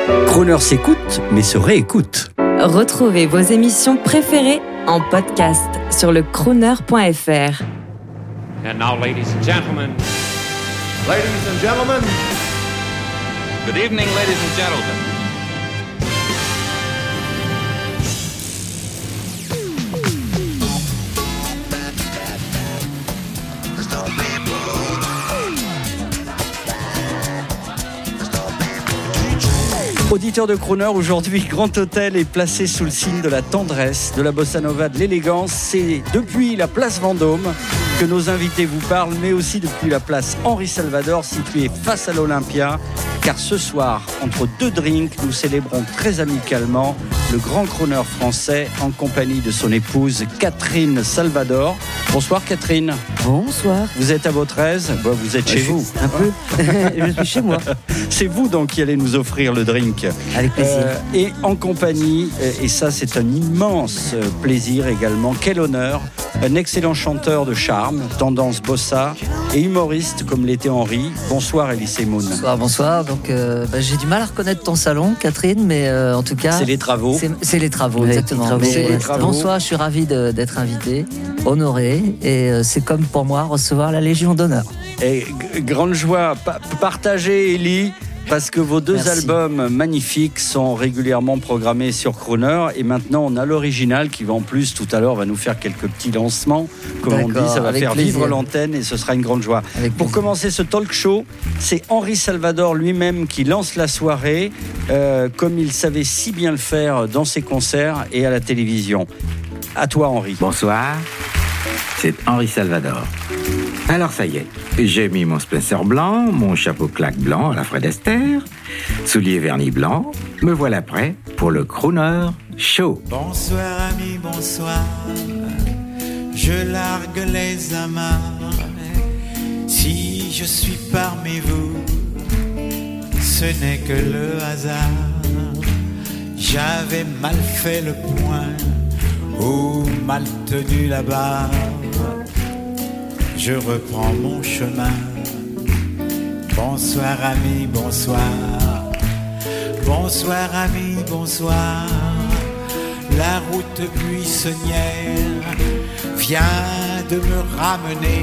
Crooner s'écoute, mais se réécoute. Retrouvez vos émissions préférées en podcast sur le crooner.fr. And now, ladies and gentlemen. Ladies and gentlemen. Good evening, ladies and gentlemen. Auditeur de Crooner, aujourd'hui, Grand Hôtel est placé sous le signe de la tendresse, de la bossa nova, de l'élégance. C'est depuis la place Vendôme que nos invités vous parlent, mais aussi depuis la place Henri Salvador, située face à l'Olympia. Car ce soir, entre deux drinks, nous célébrons très amicalement le grand crooner français en compagnie de son épouse Catherine Salvador. Bonsoir Catherine. Bonsoir. Vous êtes à votre aise ? Vous êtes chez vous. Un peu. Je suis chez moi. C'est vous donc qui allez nous offrir le drink. Avec plaisir. Et en compagnie, et ça c'est un immense plaisir également, quel honneur, un excellent chanteur de charme, tendance bossa, et humoriste comme l'était Henri. Bonsoir Elie Moon. Bonsoir. Donc j'ai du mal à reconnaître ton salon, Catherine, mais en tout cas... C'est les travaux. C'est les travaux, exactement. Les travaux. Bonsoir, je suis ravi d'être invité, honoré, et c'est comme pour moi recevoir la Légion d'honneur. Et grande joie, partagez Elie. Parce que vos deux albums magnifiques sont régulièrement programmés sur Crooner. Et maintenant, on a l'original qui va en plus, tout à l'heure, va nous faire quelques petits lancements. Comme on dit, ça va faire vivre l'antenne et ce sera une grande joie. Pour commencer ce talk show, c'est Henri Salvador lui-même qui lance la soirée, comme il savait si bien le faire dans ses concerts et à la télévision. À toi, Henri. Bonsoir, c'est Henri Salvador. Alors ça y est, j'ai mis mon Spencer blanc, mon chapeau claque blanc à la Fred Astaire, souliers vernis blancs, me voilà prêt pour le Crooner Show. Bonsoir amis, bonsoir, je largue les amarres. Si je suis parmi vous, ce n'est que le hasard. J'avais mal fait le point ou mal tenu la barre. Je reprends mon chemin. Bonsoir amis, bonsoir. Bonsoir amis, bonsoir. La route buissonnière vient de me ramener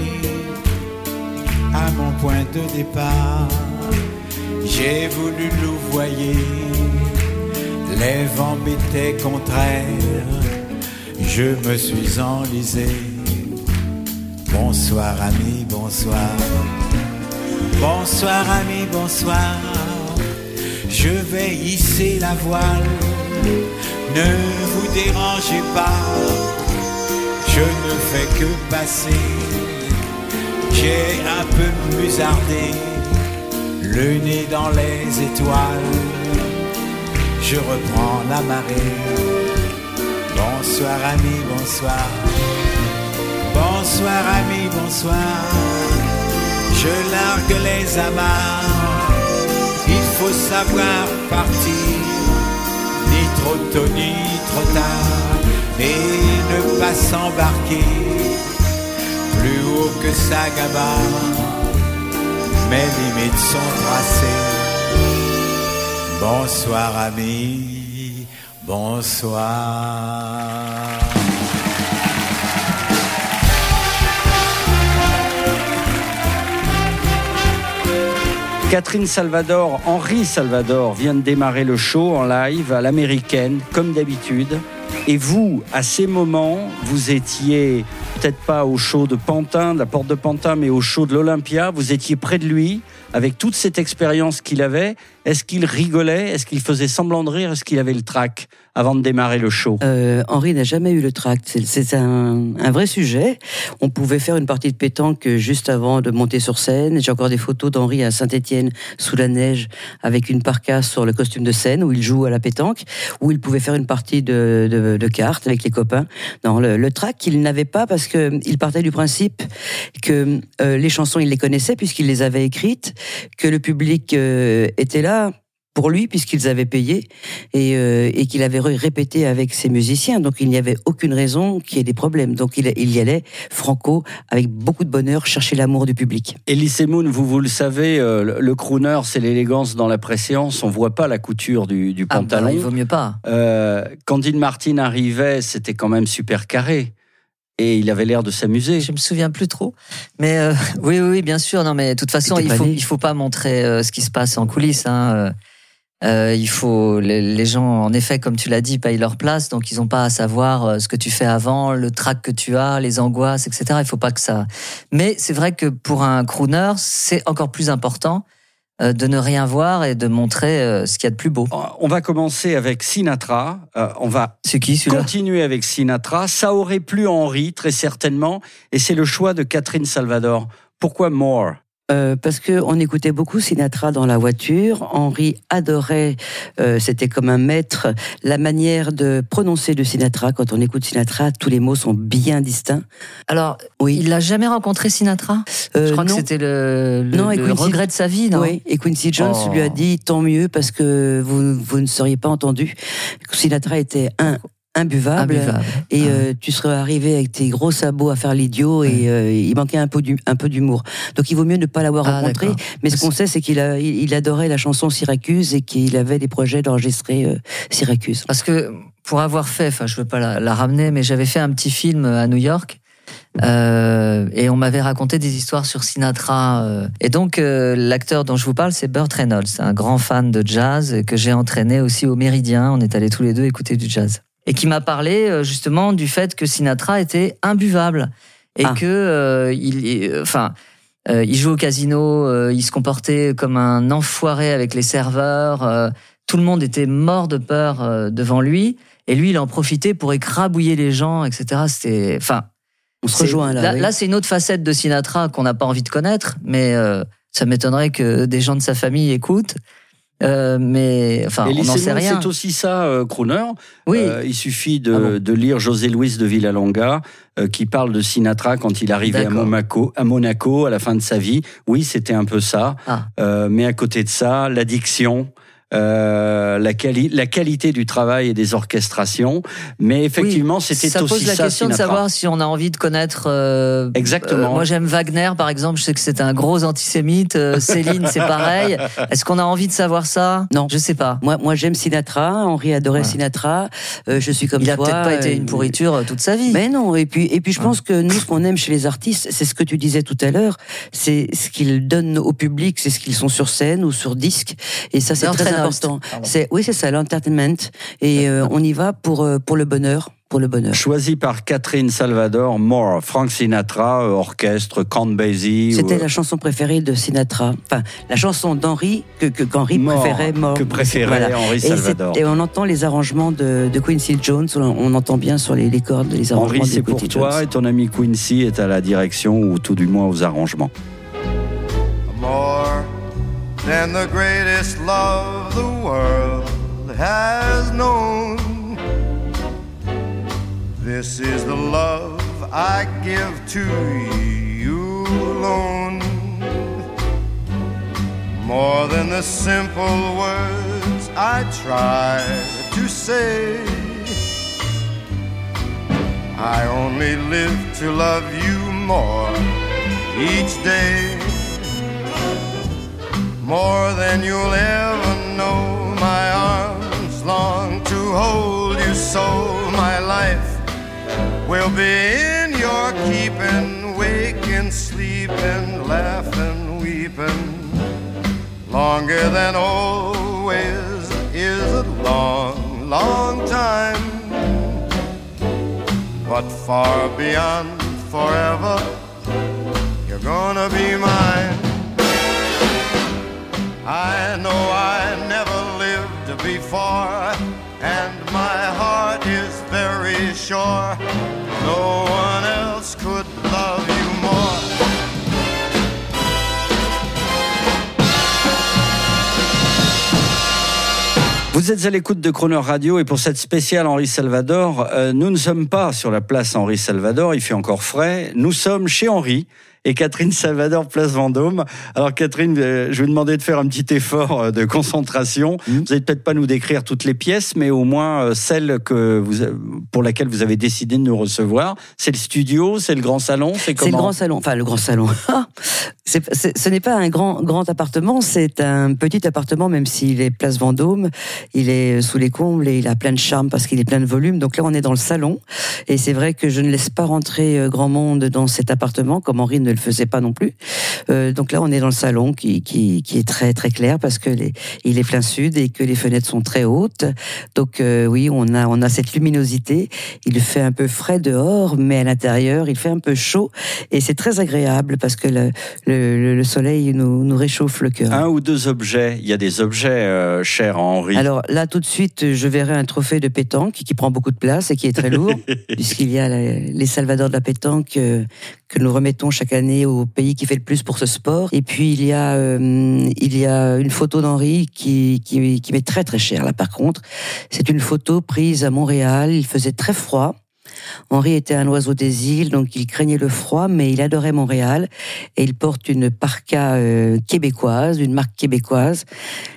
à mon point de départ. J'ai voulu louvoyer, les vents m'étaient contraires. Je me suis enlisé. Bonsoir amis, bonsoir. Bonsoir amis, bonsoir. Je vais hisser la voile. Ne vous dérangez pas. Je ne fais que passer. J'ai un peu musardé, le nez dans les étoiles. Je reprends la marée. Bonsoir amis, bonsoir. Bonsoir amis, bonsoir. Je largue les amarres. Il faut savoir partir, ni trop tôt ni trop tard, et ne pas s'embarquer plus haut que sa gabarre. Mes limites sont tracées. Bonsoir amis, bonsoir. Catherine Salvador, Henri Salvador vient de démarrer le show en live à l'américaine, comme d'habitude. Et vous, à ces moments, vous étiez peut-être pas au show de Pantin, de la porte de Pantin, mais au show de l'Olympia. Vous étiez près de lui, avec toute cette expérience qu'il avait. Est-ce qu'il rigolait ? Est-ce qu'il faisait semblant de rire ? Est-ce qu'il avait le trac avant de démarrer le show ? Henri n'a jamais eu le trac. C'est un vrai sujet. On pouvait faire une partie de pétanque juste avant de monter sur scène. J'ai encore des photos d'Henri à Saint-Étienne, sous la neige, avec une parka sur le costume de scène, où il joue à la pétanque, où il pouvait faire une partie de cartes avec les copains. Non, le trac, il n'avait pas, parce qu'il partait du principe que les chansons, il les connaissait, puisqu'il les avait écrites, que le public était là pour lui, puisqu'ils avaient payé et qu'il avait répété avec ses musiciens. Donc il n'y avait aucune raison qu'il y ait des problèmes. Donc il y allait, franco, avec beaucoup de bonheur, chercher l'amour du public. Elise Moon, vous le savez, le crooner, c'est l'élégance dans la préséance. On voit pas la couture du pantalon. Il vaut mieux pas. Quand Dean Martin arrivait, c'était quand même super carré. Et il avait l'air de s'amuser. Je me souviens plus trop. Mais oui, bien sûr. Non, mais de toute façon, il faut pas montrer ce qui se passe en coulisses. Il faut les gens, en effet, comme tu l'as dit, payent leur place, donc ils n'ont pas à savoir ce que tu fais avant, le trac que tu as, les angoisses, etc. Il faut pas que ça. Mais c'est vrai que pour un crooner, c'est encore plus important de ne rien voir et de montrer ce qu'il y a de plus beau. On va commencer avec Sinatra. On va continuer avec Sinatra. Ça aurait plu à Henri, très certainement, et c'est le choix de Catherine Salvador. Pourquoi More ? Parce qu'on écoutait beaucoup Sinatra dans la voiture. Henri adorait, c'était comme un maître, la manière de prononcer de Sinatra. Quand on écoute Sinatra, tous les mots sont bien distincts. Alors, oui. Il n'a jamais rencontré Sinatra ? Je crois que c'était le regret de sa vie, non ? Oui, et Quincy Jones lui a dit « Tant mieux, parce que vous ne seriez pas entendu. » Sinatra était imbuvable. Et tu serais arrivé avec tes gros sabots à faire l'idiot et il manquait un peu d'humour. Donc il vaut mieux ne pas l'avoir rencontré. D'accord. Mais ce qu'on sait, c'est qu'il adorait la chanson Syracuse et qu'il avait des projets d'enregistrer Syracuse. Parce que pour avoir fait, je veux pas la ramener, mais j'avais fait un petit film à New York. Et on m'avait raconté des histoires sur Sinatra. Et donc l'acteur dont je vous parle, c'est Burt Reynolds, un grand fan de jazz que j'ai entraîné aussi au Méridien. On est allés tous les deux écouter du jazz. Et qui m'a parlé justement du fait que Sinatra était imbuvable et que il jouait au casino, il se comportait comme un enfoiré avec les serveurs, tout le monde était mort de peur devant lui et lui il en profitait pour écrabouiller les gens, etc. C'était, on se rejoint là. Là, c'est une autre facette de Sinatra qu'on n'a pas envie de connaître, mais ça m'étonnerait que des gens de sa famille écoutent. Mais on n'en sait rien. C'est aussi ça, crooner. Oui. Il suffit de lire José Luis de Villalonga qui parle de Sinatra quand il arrivait à Monaco à la fin de sa vie. Oui, c'était un peu ça. Mais à côté de ça, l'addiction. La qualité du travail et des orchestrations, mais effectivement c'était aussi ça. Ça pose la question Sinatra. De savoir si on a envie de connaître. Exactement. Moi j'aime Wagner par exemple, je sais que c'est un gros antisémite. Céline c'est pareil. Est-ce qu'on a envie de savoir ça ? Non, je sais pas. Moi j'aime Sinatra. Henri adorait Sinatra. Je suis comme toi. Il a peut-être pas été une pourriture toute sa vie. Mais non. Et puis je pense que nous ce qu'on aime chez les artistes, c'est ce que tu disais tout à l'heure, c'est ce qu'ils donnent au public, c'est ce qu'ils sont sur scène ou sur disque. Et ça c'est très important. C'est ça, l'entertainment. Et on y va pour le bonheur. Pour le bonheur. Choisi par Catherine Salvador, More, Frank Sinatra, orchestre, Count Basie. C'était la chanson préférée de Sinatra. Enfin, la chanson d'Henri qu'Henri préférait, More. Que préférait Henri Salvador. Et on entend les arrangements de Quincy Jones. On entend bien sur les cordes les arrangements Henri, de c'est Quincy pour toi Jones. et ton ami Quincy est à la direction ou tout du moins aux arrangements. More than the greatest love the world has known. This is the love I give to you alone. More than the simple words I try to say. I only live to love you more each day. More than you'll ever know, my arms long to hold you so. My life will be in your keeping, waking, sleeping, laughing, weeping. Longer than always is a long, long time. But far beyond forever, you're gonna be mine. I know I never lived before, and my heart is very sure no one else could love you more. Vous êtes à l'écoute de Crooner Radio et pour cette spéciale Henri Salvador, nous ne sommes pas sur la place Henri Salvador, il fait encore frais, nous sommes chez Henri et Catherine Salvador, place Vendôme. Alors Catherine, je vais vous demander de faire un petit effort de concentration. Vous n'allez peut-être pas nous décrire toutes les pièces, mais au moins celle pour laquelle vous avez décidé de nous recevoir. C'est le studio, c'est le grand salon, c'est comment ? C'est le grand salon, enfin le grand salon. Ce n'est pas un grand appartement, c'est un petit appartement, même s'il est place Vendôme, il est sous les combles et il a plein de charme parce qu'il est plein de volume. Donc là, on est dans le salon, et c'est vrai que je ne laisse pas rentrer grand monde dans cet appartement, comme Henri ne le faisait pas non plus. Donc là, on est dans le salon qui est très très clair parce que il est plein sud et que les fenêtres sont très hautes. Donc oui, on a cette luminosité. Il fait un peu frais dehors, mais à l'intérieur, il fait un peu chaud, et c'est très agréable parce que le soleil nous réchauffe le cœur. Un ou deux objets. Il y a des objets chers à Henri. Alors là, tout de suite, je verrai un trophée de pétanque qui prend beaucoup de place et qui est très lourd, puisqu'il y a les Salvador de la pétanque que nous remettons chaque année au pays qui fait le plus pour ce sport. Et puis il y a une photo d'Henri qui m'est très très chère. Là, par contre, c'est une photo prise à Montréal. Il faisait très froid. Henri était un oiseau des îles, donc il craignait le froid, mais il adorait Montréal, et il porte une parka québécoise, une marque québécoise.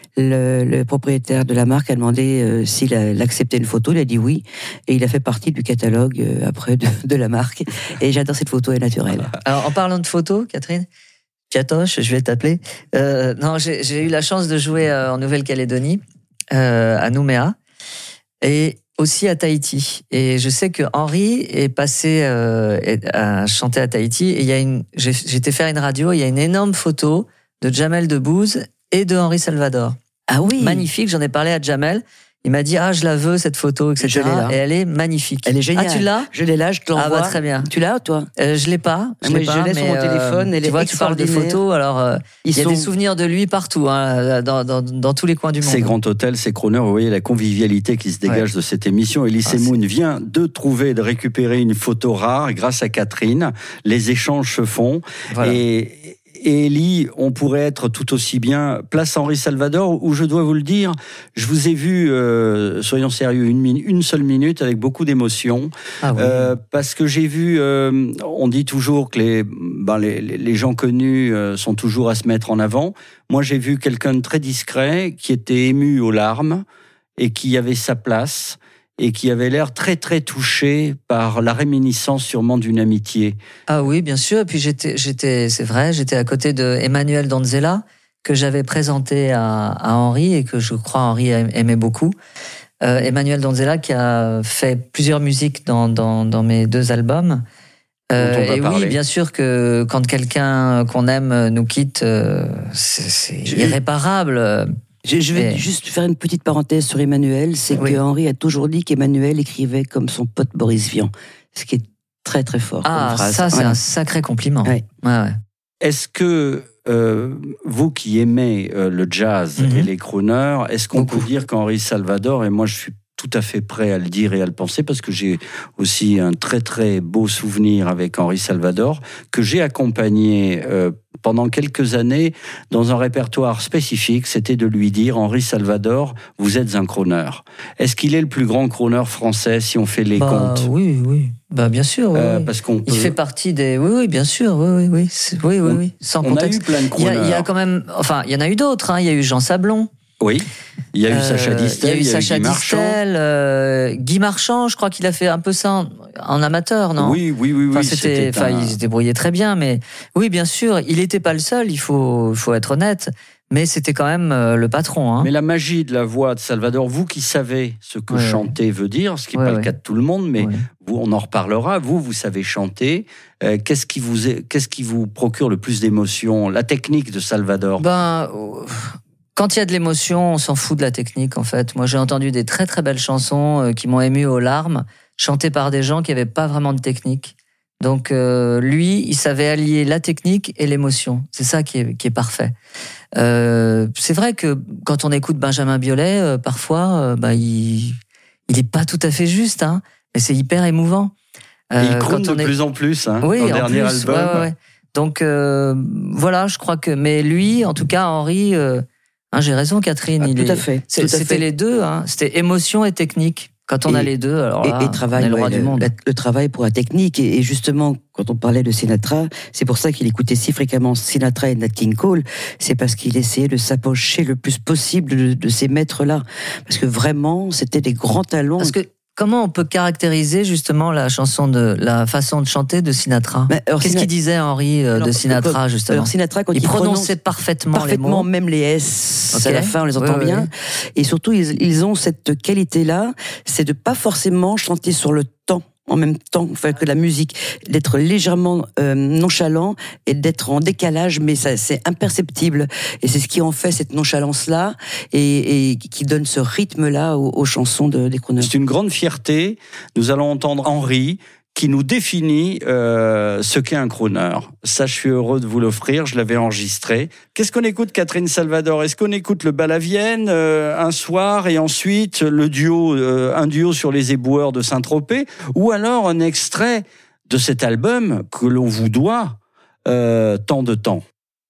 Le propriétaire de la marque a demandé s'il acceptait une photo, il a dit oui, et il a fait partie du catalogue après de la marque, et j'adore cette photo, elle est naturelle. Alors, en parlant de photos, Catherine, Piatoche, je vais t'appeler. Non, j'ai eu la chance de jouer en Nouvelle-Calédonie, à Nouméa, et aussi à Tahiti. Et je sais que Henri est passé à chanter à Tahiti. Et j'étais faire une radio. Il y a une énorme photo de Jamel Debbouze et de Henri Salvador. Ah oui, magnifique. J'en ai parlé à Jamel. Il m'a dit je la veux cette photo, etc. Je l'ai là. Et elle est magnifique. Elle est géniale. Ah, tu l'as ? Je l'ai là, je te l'envoie. Ah bah très bien. Tu l'as, toi ? Je l'ai pas. Je l'ai sur mon téléphone. Elle tu est vois, tu parles de photos. Alors il y a des souvenirs de lui partout, hein, dans tous les coins du monde. Ces grands hôtels, ces Crooners, vous voyez la convivialité qui se dégage de cette émission. Elise Moon vient de trouver, de récupérer une photo rare grâce à Catherine. Les échanges se font. Voilà. Et Elie, on pourrait être tout aussi bien place Henri Salvador, où je dois vous le dire, je vous ai vu, soyons sérieux, une seule minute avec beaucoup d'émotion, parce que j'ai vu, on dit toujours que les gens connus sont toujours à se mettre en avant. Moi, j'ai vu quelqu'un de très discret qui était ému aux larmes et qui avait sa place, et qui avait l'air très très touché par la réminiscence sûrement d'une amitié. Ah oui, bien sûr. Et puis c'est vrai, j'étais à côté de Emmanuel Donzella, que j'avais présenté à Henri et que je crois Henri aimait beaucoup. Emmanuel Donzella qui a fait plusieurs musiques dans mes 2 albums. Et oui, bien sûr que quand quelqu'un qu'on aime nous quitte, c'est irréparable. Je vais juste faire une petite parenthèse sur Emmanuel, c'est que Henri a toujours dit qu'Emmanuel écrivait comme son pote Boris Vian, ce qui est très très fort. Ah, comme phrase. Ça c'est un sacré compliment. Ouais. Est-ce que vous qui aimez le jazz et les crooners, est-ce qu'on peut dire qu'Henri Salvador, et moi je suis tout à fait prêt à le dire et à le penser, parce que j'ai aussi un très très beau souvenir avec Henri Salvador, que j'ai accompagné pendant quelques années dans un répertoire spécifique, c'était de lui dire, Henri Salvador, vous êtes un crooner. Est-ce qu'il est le plus grand crooner français si on fait les comptes ? Oui. Bien sûr. Oui. Parce qu'on peut... Il fait partie des. Oui, bien sûr. Oui. Sans contexte. On a eu plein de crooners. Il y a quand même. Enfin, il y en a eu d'autres. Hein. Il y a eu Jean Sablon. Oui, il y a eu Sacha Distel, il y a eu Sacha Distel, Guy Marchand, je crois qu'il a fait un peu ça en amateur, non ? Oui. Il se débrouillait très bien, mais oui, bien sûr, il n'était pas le seul, il faut être honnête, mais c'était quand même le patron. Hein. Mais la magie de la voix de Salvador, vous qui savez ce que chanter veut dire, ce qui n'est pas le cas de tout le monde, mais vous, on en reparlera, vous savez chanter, qu'est-ce qui vous procure le plus d'émotion ? La technique de Salvador ? Quand il y a de l'émotion, on s'en fout de la technique, en fait. Moi, j'ai entendu des très très belles chansons qui m'ont ému aux larmes, chantées par des gens qui n'avaient pas vraiment de technique. Donc, lui, il savait allier la technique et l'émotion. C'est ça qui est parfait. C'est vrai que quand on écoute Benjamin Biolay, parfois, il est pas tout à fait juste, hein, mais c'est hyper émouvant. Il croune de plus en plus, hein, dans le dernier album. Ouais. Donc, voilà, je crois que... Mais lui, en tout cas, Henri... j'ai raison, Catherine. Tout à fait. C'était les deux. Hein. C'était émotion et technique. Quand on a les deux, alors là, on est le roi du monde. Le travail pour la technique. Et justement, quand on parlait de Sinatra, c'est pour ça qu'il écoutait si fréquemment Sinatra et Nat King Cole. C'est parce qu'il essayait de s'approcher le plus possible de ces maîtres-là. Parce que vraiment, c'était des grands talents. Parce que comment on peut caractériser justement la façon de chanter de Sinatra? Qu'est-ce qu'il disait, Henri, de Sinatra, justement? Alors, Sinatra, quand il prononçait parfaitement les mots. Même les S, à la fin, on les entend bien. Oui. Et surtout, ils ont cette qualité-là, c'est de pas forcément chanter sur le temps. En même temps que la musique, d'être légèrement nonchalant et d'être en décalage, mais ça, c'est imperceptible. Et c'est ce qui en fait cette nonchalance-là et qui donne ce rythme-là aux chansons des crooners. C'est une grande fierté. Nous allons entendre Henri qui nous définit ce qu'est un crooner. Ça, je suis heureux de vous l'offrir, je l'avais enregistré. Qu'est-ce qu'on écoute, Catherine Salvador? Est-ce qu'on écoute le bal à Vienne un soir et ensuite un duo sur les éboueurs de Saint-Tropez, ou alors un extrait de cet album que l'on vous doit tant de temps?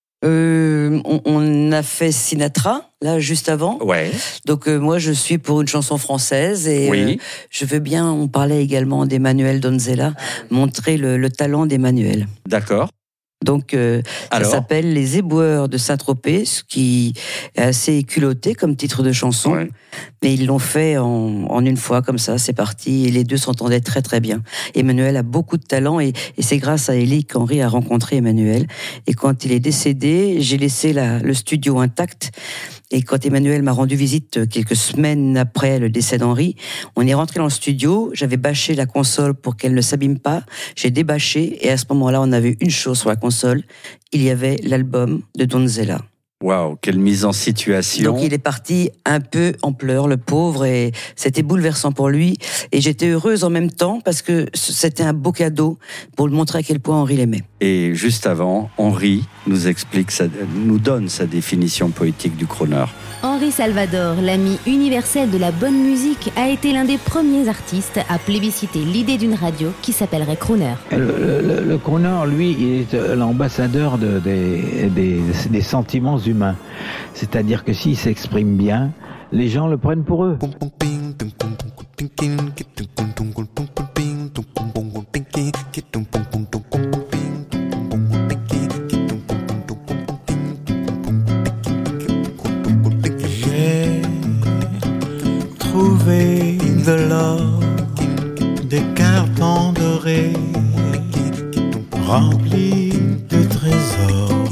On a fait Sinatra, là, juste avant. Ouais. Donc, moi, je suis pour une chanson française et je veux bien, on parlait également d'Emmanuel Donzella, montrer le talent d'Emmanuel. D'accord. Donc, ça s'appelle Les Éboueurs de Saint-Tropez, ce qui est assez culotté comme titre de chanson. Ouais. Mais ils l'ont fait en une fois, comme ça, c'est parti. Et les deux s'entendaient très très bien. Emmanuel a beaucoup de talent et c'est grâce à Élie qu'Henri a rencontré Emmanuel. Et quand il est décédé, j'ai laissé le studio intact. Et quand Emmanuel m'a rendu visite quelques semaines après le décès d'Henri, on est rentré dans le studio, j'avais bâché la console pour qu'elle ne s'abîme pas, j'ai débâché et à ce moment-là, on avait une chose sur la console, il y avait l'album de Donzella. Waouh, quelle mise en situation. Donc il est parti un peu en pleurs, le pauvre, et c'était bouleversant pour lui. Et j'étais heureuse en même temps parce que c'était un beau cadeau pour lui montrer à quel point Henri l'aimait. Et juste avant, Henri nous donne sa définition poétique du crooner. Henri Salvador, l'ami universel de la bonne musique, a été l'un des premiers artistes à plébisciter l'idée d'une radio qui s'appellerait crooner. Le crooner, lui, il est l'ambassadeur des sentiments humains. C'est-à-dire que s'il s'exprime bien, les gens le prennent pour eux. Trouver de l'or, des cartons dorés, remplis de trésors,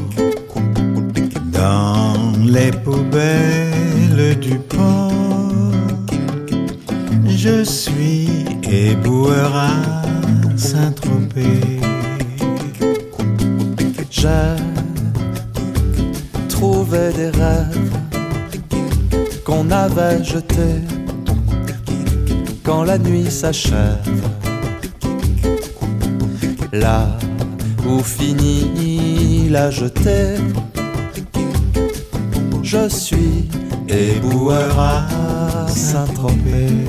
dans les poubelles du port. Je suis éboueur à Saint-Tropez. J'ai trouvé des rêves qu'on avait jetés quand la nuit s'achève, là où finit la jetée. Je suis éboueur à Saint-Tropez.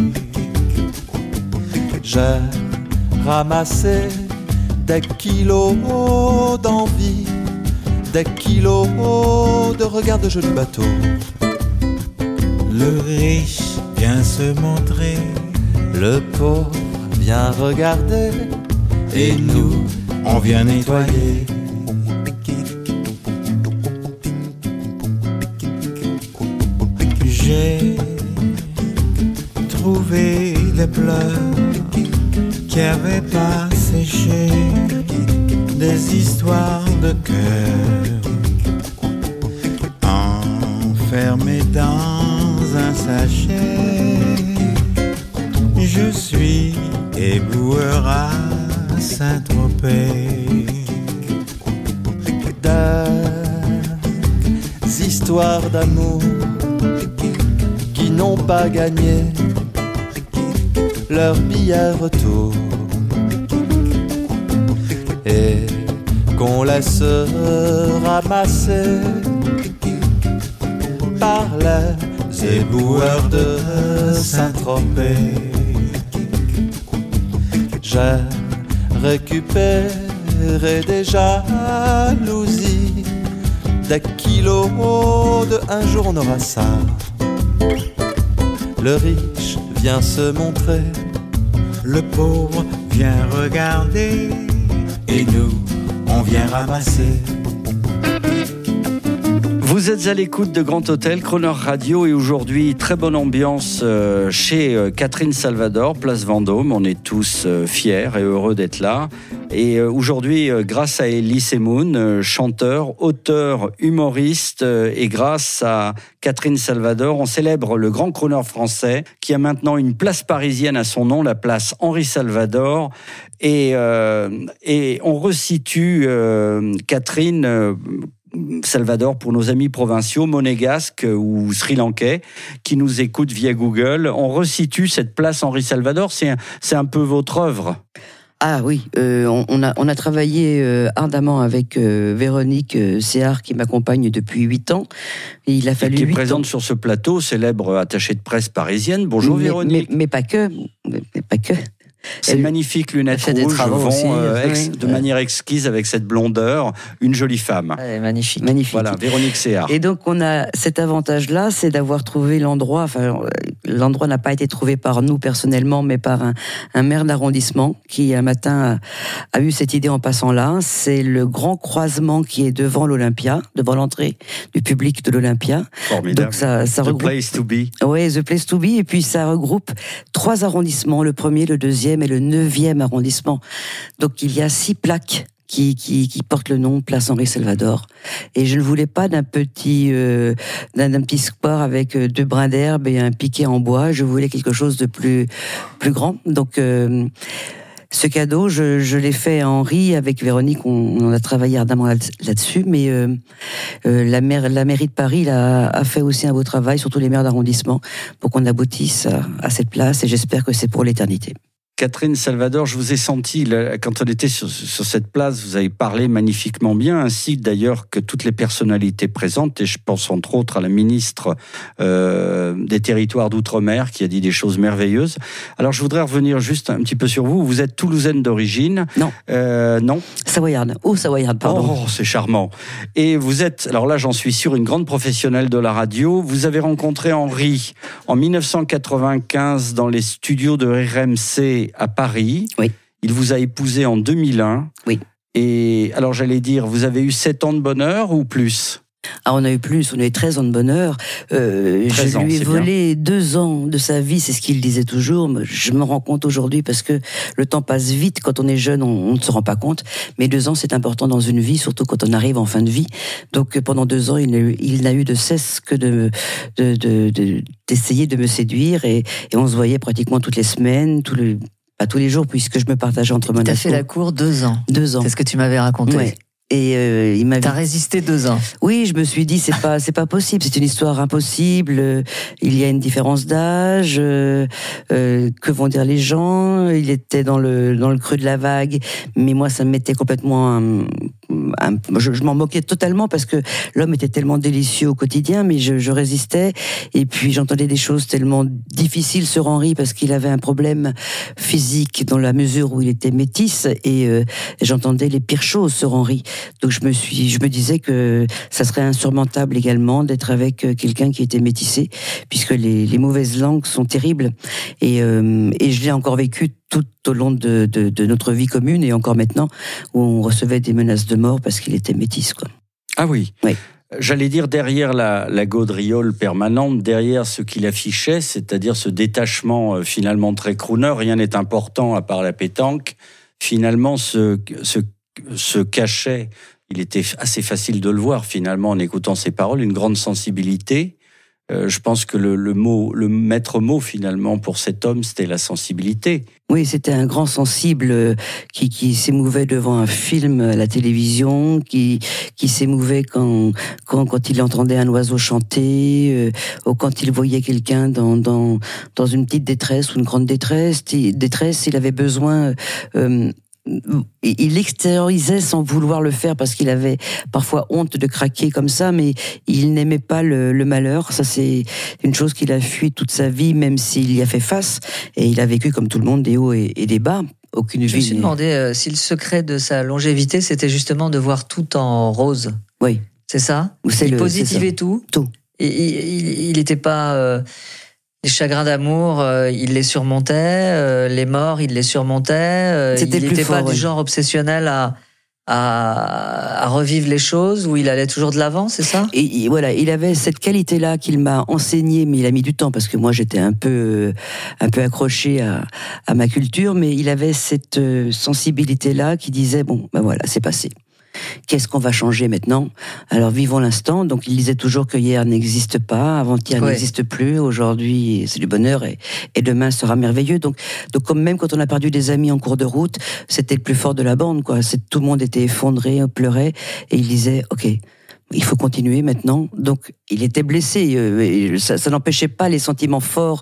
J'ai ramassé des kilos d'envie, des kilos de regards de jolis bateaux. Le riche vient se montrer, le pauvre vient regarder, et nous, on vient nettoyer. J'ai trouvé des pleurs qui avaient pas séché, des histoires de cœur enfermées dans un sachet. Je suis éboueur à Saint-Tropez. Des histoires d'amour qui n'ont pas gagné leur billet retour et qu'on laisse ramasser par les éboueurs de Saint-Tropez. J'ai récupéré des jalousies, des kilos de un jour on aura ça. Le riche vient se montrer. Le pauvre vient regarder et nous, on vient ramasser. Vous êtes à l'écoute de Grand Hôtel, Croner Radio, et aujourd'hui, très bonne ambiance chez Catherine Salvador, place Vendôme. On est tous fiers et heureux d'être là. Et aujourd'hui, grâce à Elie Semoun, chanteur, auteur, humoriste, et grâce à Catherine Salvador, on célèbre le grand crooner français qui a maintenant une place parisienne à son nom, la place Henri Salvador. Et on resitue Catherine Salvador pour nos amis provinciaux, monégasques ou sri-lankais, qui nous écoutent via Google. On resitue cette place Henri Salvador, c'est un peu votre œuvre. Ah oui, on a travaillé ardemment avec Véronique Séard qui m'accompagne depuis 8 ans. Et il a fallu qui est présente sur ce plateau, célèbre attachée de presse parisienne. Bonjour Véronique. Mais pas que. Ces magnifiques lunettes rouges vont de manière exquise avec cette blondeur, une jolie femme. Elle est magnifique. Voilà, Véronique Séard. Et donc on a cet avantage-là, c'est d'avoir trouvé l'endroit. Enfin, l'endroit n'a pas été trouvé par nous personnellement, mais par un maire d'arrondissement qui un matin a eu cette idée en passant là. C'est le grand croisement qui est devant l'Olympia, devant l'entrée du public de l'Olympia. Formidable. Donc ça regroupe. The place to be. Oui, the place to be. Et puis ça regroupe 3 arrondissements, le premier, le deuxième et le 9e arrondissement. Donc il y a 6 plaques qui portent le nom Place Henri Salvador. Et je ne voulais pas d'un petit square avec 2 brins d'herbe et un piquet en bois. Je voulais quelque chose de plus grand. Donc ce cadeau, je l'ai fait à Henri avec Véronique. On a travaillé ardemment là-dessus, mais la mairie de Paris a fait aussi un beau travail, surtout les maires d'arrondissement, pour qu'on aboutisse à cette place. Et j'espère que c'est pour l'éternité. Catherine Salvador, je vous ai senti, quand on était sur cette place, vous avez parlé magnifiquement bien, ainsi d'ailleurs que toutes les personnalités présentes, et je pense entre autres à la ministre des Territoires d'Outre-mer, qui a dit des choses merveilleuses. Alors je voudrais revenir juste un petit peu sur vous. Vous êtes toulousaine d'origine. Non. Non. Savoyarde. Savoyarde, pardon. Oh, c'est charmant. Et vous êtes, alors là j'en suis sûr, une grande professionnelle de la radio. Vous avez rencontré Henri en 1995 dans les studios de RMC à Paris. Oui. Il vous a épousé en 2001. Oui. Et alors j'allais dire, vous avez eu 7 ans de bonheur ou plus ? Ah, on a eu plus, on a eu 13 ans de bonheur. Je lui ai volé 2 ans de sa vie, c'est ce qu'il disait toujours. Je me rends compte aujourd'hui parce que le temps passe vite. Quand on est jeune, on ne se rend pas compte. Mais 2 ans, c'est important dans une vie, surtout quand on arrive en fin de vie. Donc pendant 2 ans, il n'a eu de cesse que d'essayer de me séduire. Et on se voyait pratiquement toutes les semaines, pas tous les jours, puisque je me partageais entre Monaco. T'as fait la cour 2 ans. 2 ans. C'est ce que tu m'avais raconté. Ouais. Et il m'a. T'as résisté 2 ans. Oui, je me suis dit c'est pas possible, c'est une histoire impossible. Il y a une différence d'âge. Que vont dire les gens ? Il était dans le creux de la vague, mais moi ça me mettait complètement. Je m'en moquais totalement parce que l'homme était tellement délicieux au quotidien, mais je résistais. Et puis j'entendais des choses tellement difficiles sur Henri parce qu'il avait un problème physique dans la mesure où il était métis, et j'entendais les pires choses sur Henri. Donc je me disais que ça serait insurmontable également d'être avec quelqu'un qui était métissé, puisque les mauvaises langues sont terribles. Et je l'ai encore vécu tout au long de notre vie commune, et encore maintenant, où on recevait des menaces de mort parce qu'il était métis, quoi. Ah oui. Oui. J'allais dire, derrière la gaudriole permanente, derrière ce qu'il affichait, c'est-à-dire ce détachement finalement très crooner, rien n'est important à part la pétanque. Finalement, ce cachait, il était assez facile de le voir finalement en écoutant ses paroles, une grande sensibilité. Je pense que le maître mot finalement pour cet homme, c'était la sensibilité. Oui, c'était un grand sensible qui s'émouvait devant un film à la télévision, qui s'émouvait quand il entendait un oiseau chanter, ou quand il voyait quelqu'un dans une petite détresse ou une grande détresse. Il avait besoin. Il extériorisait sans vouloir le faire parce qu'il avait parfois honte de craquer comme ça, mais il n'aimait pas le malheur. Ça, c'est une chose qu'il a fui toute sa vie, même s'il y a fait face. Et il a vécu comme tout le monde des hauts et des bas. Aucune vie. Je me suis demandé si le secret de sa longévité, c'était justement de voir tout en rose. Oui. C'est ça ? Il positivait tout. Tout. Et il n'était pas... Les chagrins d'amour, il les surmontait. Les morts, il les surmontait. C'était il plus n'était fort, pas oui. du genre obsessionnel à revivre les choses, où il allait toujours de l'avant, c'est ça ? Et voilà, il avait cette qualité-là qu'il m'a enseignée, mais il a mis du temps parce que moi j'étais un peu accroché à ma culture, mais il avait cette sensibilité-là qui disait bon, ben voilà, c'est passé. Qu'est-ce qu'on va changer maintenant ? Alors vivons l'instant. Donc il disait toujours que hier n'existe pas, avant-hier n'existe plus, aujourd'hui c'est du bonheur et demain sera merveilleux. Donc même quand on a perdu des amis en cours de route, c'était le plus fort de la bande, quoi. Tout le monde était effondré, pleurait, et il disait ok, il faut continuer maintenant. Donc il était blessé, ça n'empêchait pas les sentiments forts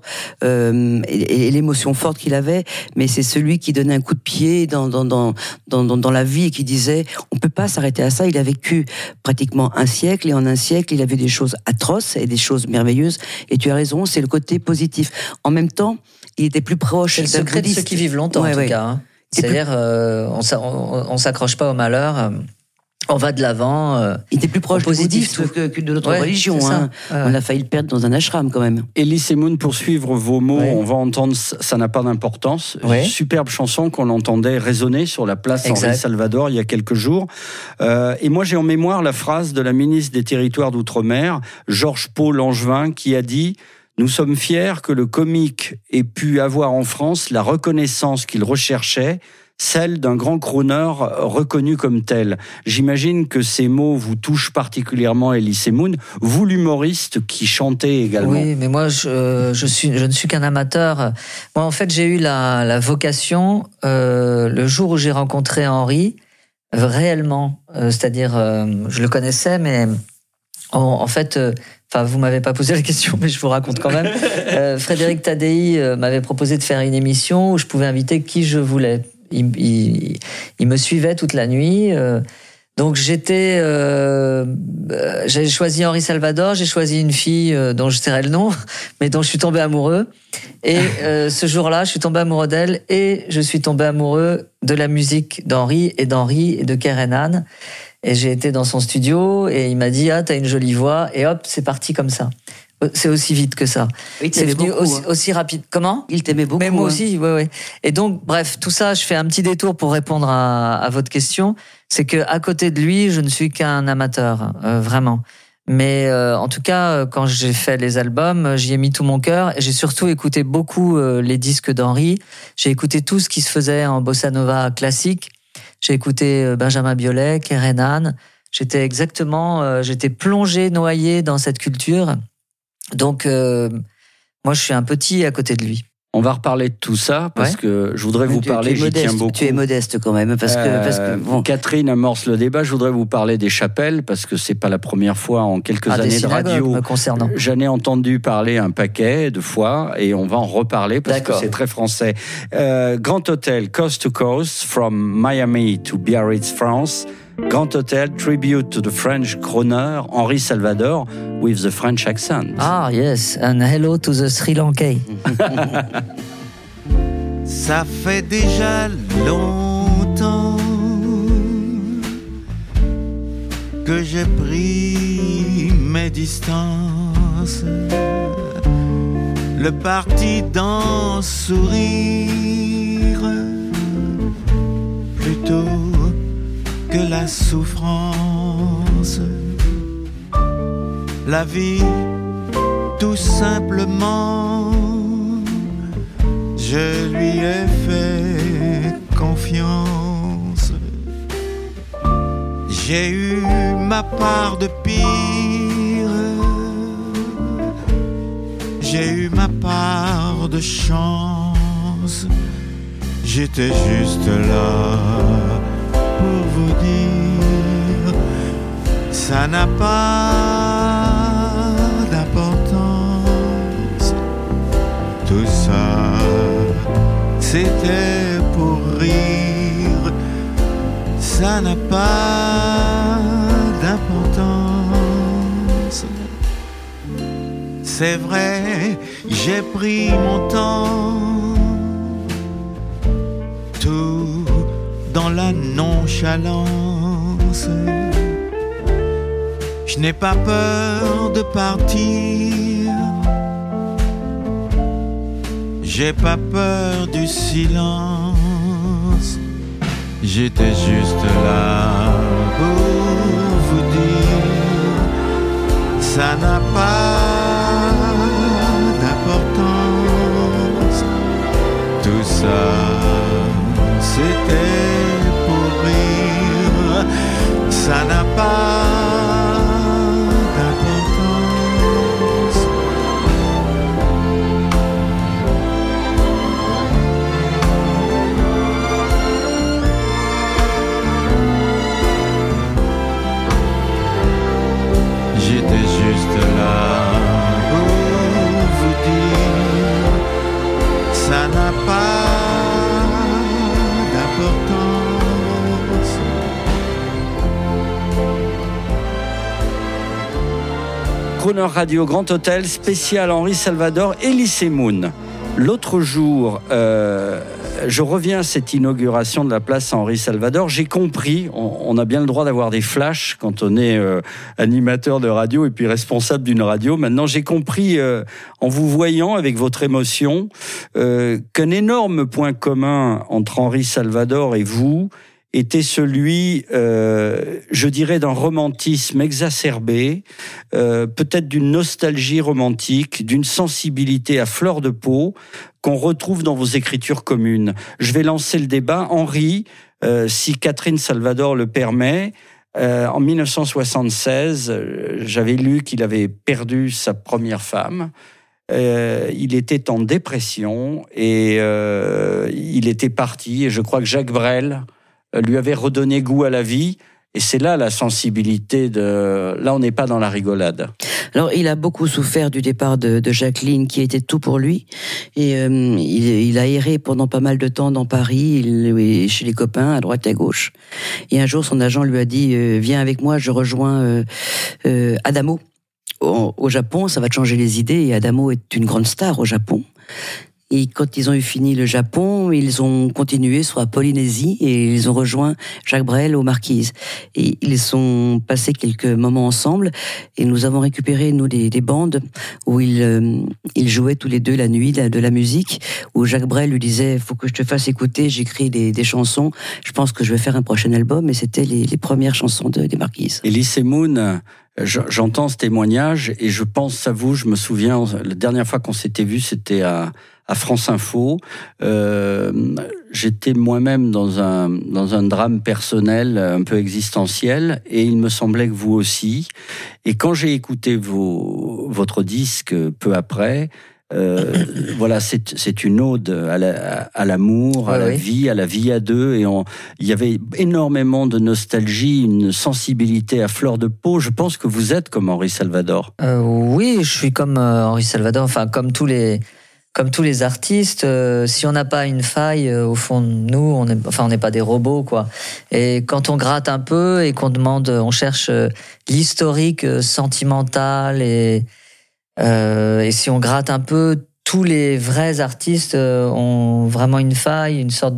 et l'émotion forte qu'il avait, mais c'est celui qui donnait un coup de pied dans la vie et qui disait on peut pas s'arrêter à ça. Il a vécu pratiquement un siècle, et en un siècle il a vu des choses atroces et des choses merveilleuses, et tu as raison, c'est le côté positif. En même temps, il était plus proche. C'est le secret de ceux qui vivent longtemps, en tout cas. Hein. C'est-à-dire, on s'accroche pas au malheur. On va de l'avant. Il était plus proche positif que de notre religion. Hein. On a failli le perdre dans un ashram quand même. Elie Semoun, pour suivre vos mots, on va entendre Ça n'a pas d'importance. Superbe chanson qu'on entendait résonner sur la place Henri Salvador il y a quelques jours. Et moi j'ai en mémoire la phrase de la ministre des Territoires d'Outre-mer, Georges Pau Langevin, qui a dit « Nous sommes fiers que le comique ait pu avoir en France la reconnaissance qu'il recherchait, celle d'un grand crooner reconnu comme tel ». J'imagine que ces mots vous touchent particulièrement, Elie Semoun, vous l'humoriste qui chantez également. Oui, mais moi je ne suis qu'un amateur. Moi en fait j'ai eu la vocation le jour où j'ai rencontré Henri, réellement, c'est-à-dire je le connaissais, mais en fait... Enfin, vous m'avez pas posé la question, mais je vous raconte quand même. Frédéric Tadei m'avait proposé de faire une émission où je pouvais inviter qui je voulais. Il me suivait toute la nuit. Donc j'ai choisi Henri Salvador, j'ai choisi une fille dont je tairai le nom, mais dont je suis tombé amoureux. Et ce jour-là, je suis tombé amoureux d'elle, et je suis tombé amoureux de la musique d'Henri et de Kerenan. Et j'ai été dans son studio et il m'a dit « Ah, t'as une jolie voix » et hop, c'est parti comme ça. C'est aussi vite que ça. Oui, c'est venu beaucoup, aussi rapide. Comment ? Il t'aimait beaucoup. Mais moi aussi, oui. Et donc, bref, tout ça, je fais un petit détour pour répondre à votre question. C'est que à côté de lui, je ne suis qu'un amateur, vraiment. Mais en tout cas, quand j'ai fait les albums, j'y ai mis tout mon cœur. Et j'ai surtout écouté beaucoup les disques d'Henri. J'ai écouté tout ce qui se faisait en bossa nova classique. J'ai écouté Benjamin Biolay, Kerenan. J'étais plongé, noyé dans cette culture. Donc, moi, je suis un petit à côté de lui. On va reparler de tout ça, parce que je voudrais vous parler, j'y tiens beaucoup. Tu es modeste quand même, parce que bon. Catherine amorce le débat, je voudrais vous parler des chapelles, parce que c'est pas la première fois en quelques années de radio. J'en ai entendu parler un paquet de fois, et on va en reparler, parce que c'est très français. Grand Hôtel, Coast to Coast, from Miami to Biarritz, France. Grand Hôtel, tribute to the French crooner Henri Salvador with the French accent. Ah, yes, and hello to the Sri Lankais. Ça fait déjà longtemps que j'ai pris mes distances. Le parti d'en sourire plutôt que la souffrance, la vie tout simplement, je lui ai fait confiance. J'ai eu ma part de pire, j'ai eu ma part de chance, j'étais juste là pour vous dire, ça n'a pas d'importance. Tout ça, c'était pour rire. Ça n'a pas d'importance. C'est vrai, j'ai pris mon temps. Tout dans la nonchalance. Je n'ai pas peur de partir J'ai pas peur du silence. J'étais juste là pour vous dire, ça n'a pas d'importance. Tout ça, c'était pour rire. Ça n'a pas d'importance. J'étais juste là pour vous dire, ça n'a pas d'importance. Crooner Radio Grand Hôtel, spécial Henri Salvador, Elise Moon. L'autre jour, je reviens à cette inauguration de la place Henri Salvador. J'ai compris, on a bien le droit d'avoir des flashs quand on est animateur de radio et puis responsable d'une radio. Maintenant, j'ai compris, en vous voyant avec votre émotion, qu'un énorme point commun entre Henri Salvador et vous était celui, je dirais, d'un romantisme exacerbé, peut-être d'une nostalgie romantique, d'une sensibilité à fleur de peau qu'on retrouve dans vos écritures communes. Je vais lancer le débat. Henri, si Catherine Salvador le permet, en 1976, j'avais lu qu'il avait perdu sa première femme. Il était en dépression et il était parti. Et je crois que Jacques Brel lui avait redonné goût à la vie. Et c'est là la sensibilité de... Là, on n'est pas dans la rigolade. Alors, il a beaucoup souffert du départ de Jacqueline, qui était tout pour lui. Et il a erré pendant pas mal de temps dans Paris, chez les copains, à droite et à gauche. Et un jour, son agent lui a dit « Viens avec moi, je rejoins Adamo au Japon, ça va te changer les idées. » Et Adamo est une grande star au Japon. Et quand ils ont eu fini le Japon, ils ont continué sur la Polynésie et ils ont rejoint Jacques Brel aux Marquises. Et ils ont passé quelques moments ensemble et nous avons récupéré, nous, des bandes où ils jouaient tous les deux la nuit de la musique, où Jacques Brel lui disait « faut que je te fasse écouter, j'écris des chansons, je pense que je vais faire un prochain album » et c'était les premières chansons des Marquises. Elise Moon, j'entends ce témoignage et je pense à vous, je me souviens, la dernière fois qu'on s'était vu, c'était à France Info. J'étais moi-même dans un drame personnel un peu existentiel et il me semblait que vous aussi. Et quand j'ai écouté votre disque peu après, voilà, c'est une ode à l'amour, à la vie à deux. Et il y avait énormément de nostalgie, une sensibilité à fleur de peau. Je pense que vous êtes comme Henri Salvador. Oui, je suis comme Henri Salvador, enfin comme tous les artistes. Si on n'a pas une faille au fond de nous, on n'est pas des robots, quoi. Et quand on gratte un peu et qu'on demande, on cherche l'historique sentimental et si on gratte un peu, tous les vrais artistes ont vraiment une faille, une sorte,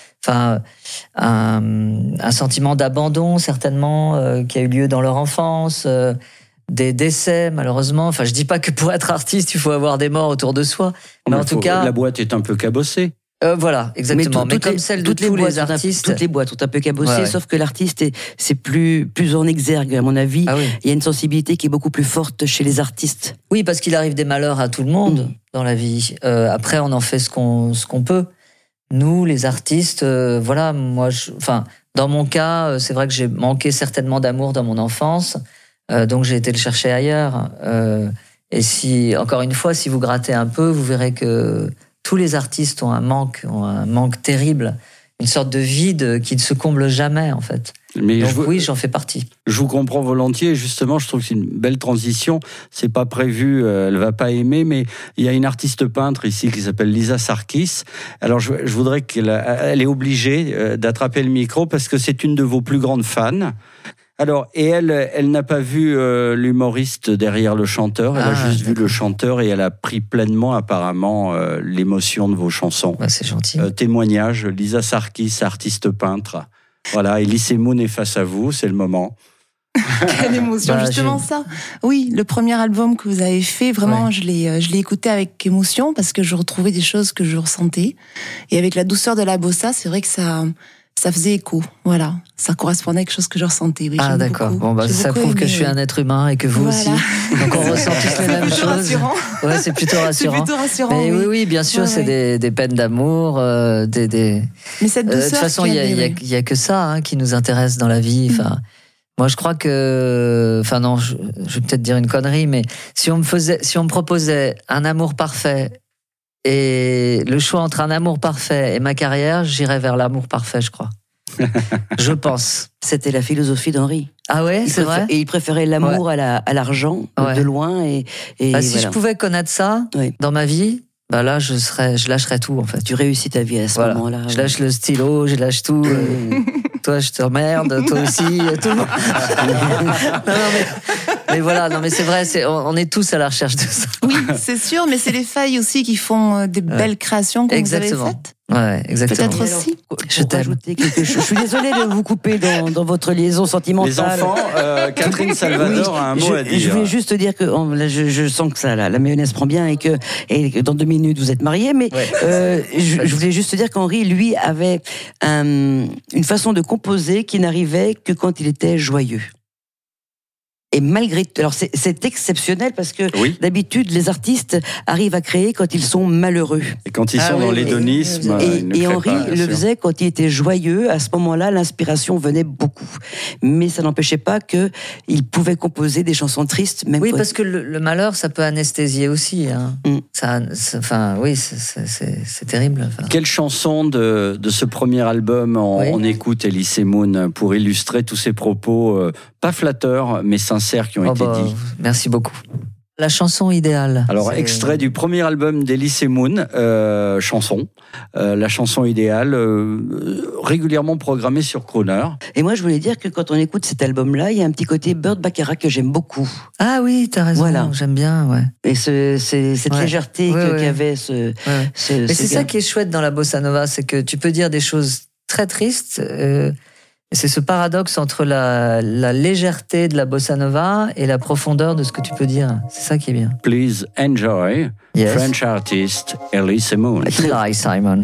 un sentiment d'abandon certainement qui a eu lieu dans leur enfance. Des décès, malheureusement. Enfin, je dis pas que pour être artiste, il faut avoir des morts autour de soi. Mais en tout cas... La boîte est un peu cabossée. Voilà, exactement. Mais comme celle de tous les artistes... Toutes les boîtes sont un peu cabossées, sauf que l'artiste, c'est plus en exergue, à mon avis. Ah oui. Il y a une sensibilité qui est beaucoup plus forte chez les artistes. Oui, parce qu'il arrive des malheurs à tout le monde dans la vie. Après, on en fait ce qu'on peut. Nous, les artistes, voilà, moi, dans mon cas, c'est vrai que j'ai manqué certainement d'amour dans mon enfance. Donc j'ai été le chercher ailleurs. Et encore une fois, si vous grattez un peu, vous verrez que tous les artistes ont un manque terrible, une sorte de vide qui ne se comble jamais, en fait. Donc oui, j'en fais partie. Je vous comprends volontiers. Justement, je trouve que c'est une belle transition. C'est pas prévu, elle va pas aimer, mais il y a une artiste peintre ici qui s'appelle Lisa Sarkis. Alors, je voudrais elle est obligée d'attraper le micro parce que c'est une de vos plus grandes fans. Alors, et elle n'a pas vu l'humoriste derrière le chanteur, elle a juste vu le chanteur et elle a pris pleinement, apparemment, l'émotion de vos chansons. Bah, c'est gentil. Témoignage, Lisa Sarkis, artiste peintre. Voilà, Elise Moon est face à vous, c'est le moment. Quelle émotion, justement ça. Oui, le premier album que vous avez fait, vraiment, je l'ai écouté avec émotion parce que je retrouvais des choses que je ressentais. Et avec la douceur de la bossa, c'est vrai que ça faisait écho. Voilà, ça correspondait à quelque chose que je ressentais. Oui, ah d'accord. Bon ça prouve que je suis un être humain et que vous aussi. Donc on ressent tous les mêmes choses. Rassurant. Ouais, c'est plutôt rassurant. C'est plutôt rassurant. Mais oui, bien sûr, c'est des peines d'amour, des. Mais cette douceur. De toute façon, il y a que ça qui nous intéresse dans la vie. Enfin. Moi, je crois que, enfin non, je vais peut-être dire une connerie, mais si on me proposait un amour parfait et le choix entre un amour parfait et ma carrière, j'irais vers l'amour parfait, je crois. Je pense. C'était la philosophie d'Henri. Ah ouais, c'est vrai. Et il préférait l'amour à l'argent de loin et si je pouvais connaître ça dans ma vie. Bah là, je lâcherais tout en fait. Tu réussis ta vie à ce moment-là. Je lâche le stylo, je lâche tout. Toi, je t'emmerde, toi aussi, tout le monde. mais voilà, non, mais c'est vrai, on est tous à la recherche de ça. Oui, c'est sûr, mais c'est les failles aussi qui font des belles créations que vous avez faites. Ouais, exactement. Peut-être aussi. Je t'aime. Je suis désolée de vous couper dans votre liaison sentimentale. Les enfants, Catherine Salvador a un mot à dire. Je voulais juste dire que là, je sens que ça, la mayonnaise prend bien et que dans 2 minutes vous êtes mariés, mais je voulais juste dire qu'Henri, lui, avait une façon de composer qui n'arrivait que quand il était joyeux. Et malgré tout, alors c'est exceptionnel parce que d'habitude les artistes arrivent à créer quand ils sont malheureux. Et quand ils sont dans l'hédonisme. Et Henri le faisait quand il était joyeux. À ce moment-là, l'inspiration venait beaucoup. Mais ça n'empêchait pas que il pouvait composer des chansons tristes. Même parce que le malheur, ça peut anesthésier aussi. Hein. C'est terrible. Enfin. Quelle chanson de ce premier album on écoute, Elise Moon, pour illustrer tous ces propos pas flatteurs, mais sincères qui ont été dits. Merci beaucoup. La chanson idéale. Alors, extrait du premier album d'Elise Moon, chanson. La chanson idéale, régulièrement programmée sur Crooner. Et moi, je voulais dire que quand on écoute cet album-là, il y a un petit côté Burt Bacharach que j'aime beaucoup. Ah oui, t'as raison, j'aime bien, Et cette légèreté qu'avait ce Mais c'est ça qui est chouette dans la bossa nova, c'est que tu peux dire des choses très tristes. C'est ce paradoxe entre la légèreté de la bossa nova et la profondeur de ce que tu peux dire. C'est ça qui est bien. Please enjoy French artist Elise Moon. Eli Simon.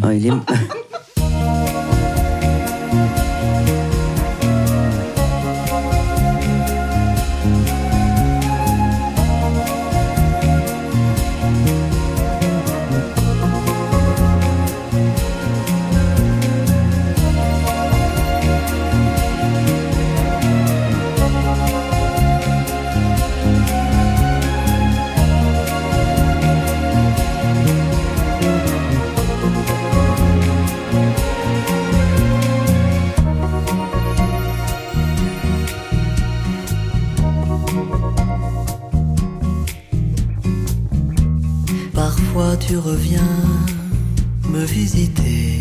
Tu reviens me visiter.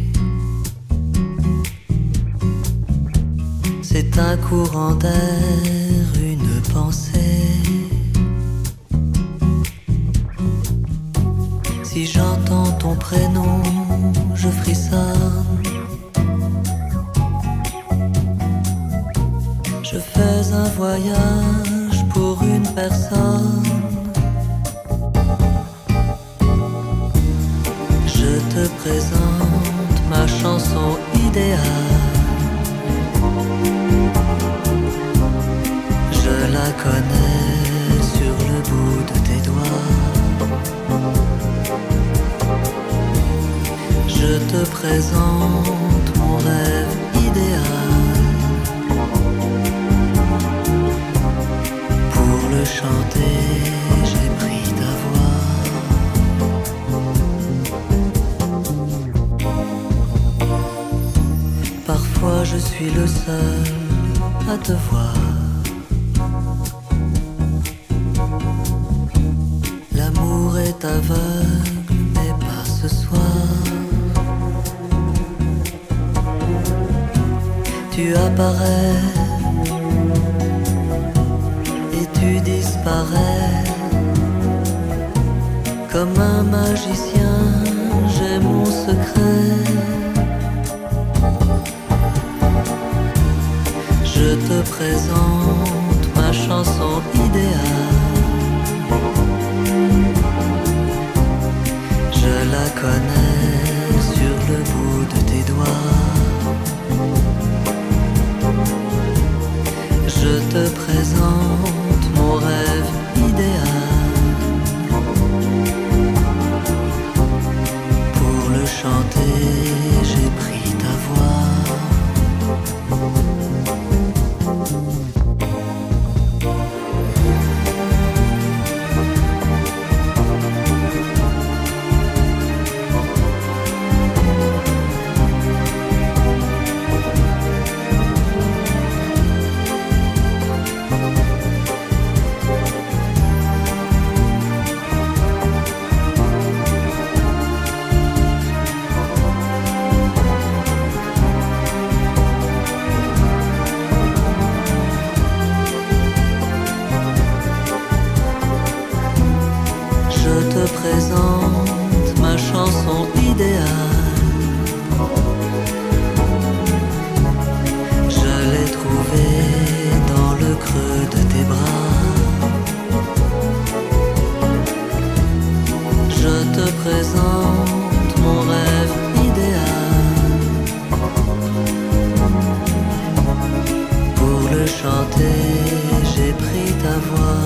C'est un courant d'air, une pensée. Si j'entends ton prénom, je frissonne. Je fais un voyage pour une personne. Je te présente ma chanson idéale. Je la connais sur le bout de tes doigts. Je te présente mon rêve idéal. Pour le chanter, j'ai pris ta voix. Parfois je suis le seul à te voir. L'amour est aveugle, mais pas ce soir. Tu apparais et tu disparais. Comme un magicien, j'ai mon secret. Je te présente ma chanson idéale. Je la connais sur le bout de tes doigts. Je te présente mon rêve idéal. Pour le chanter, j'ai pris ta voix. Présente ma chanson idéale. Je l'ai trouvée dans le creux de tes bras. Je te présente mon rêve idéal. Pour le chanter, j'ai pris ta voix.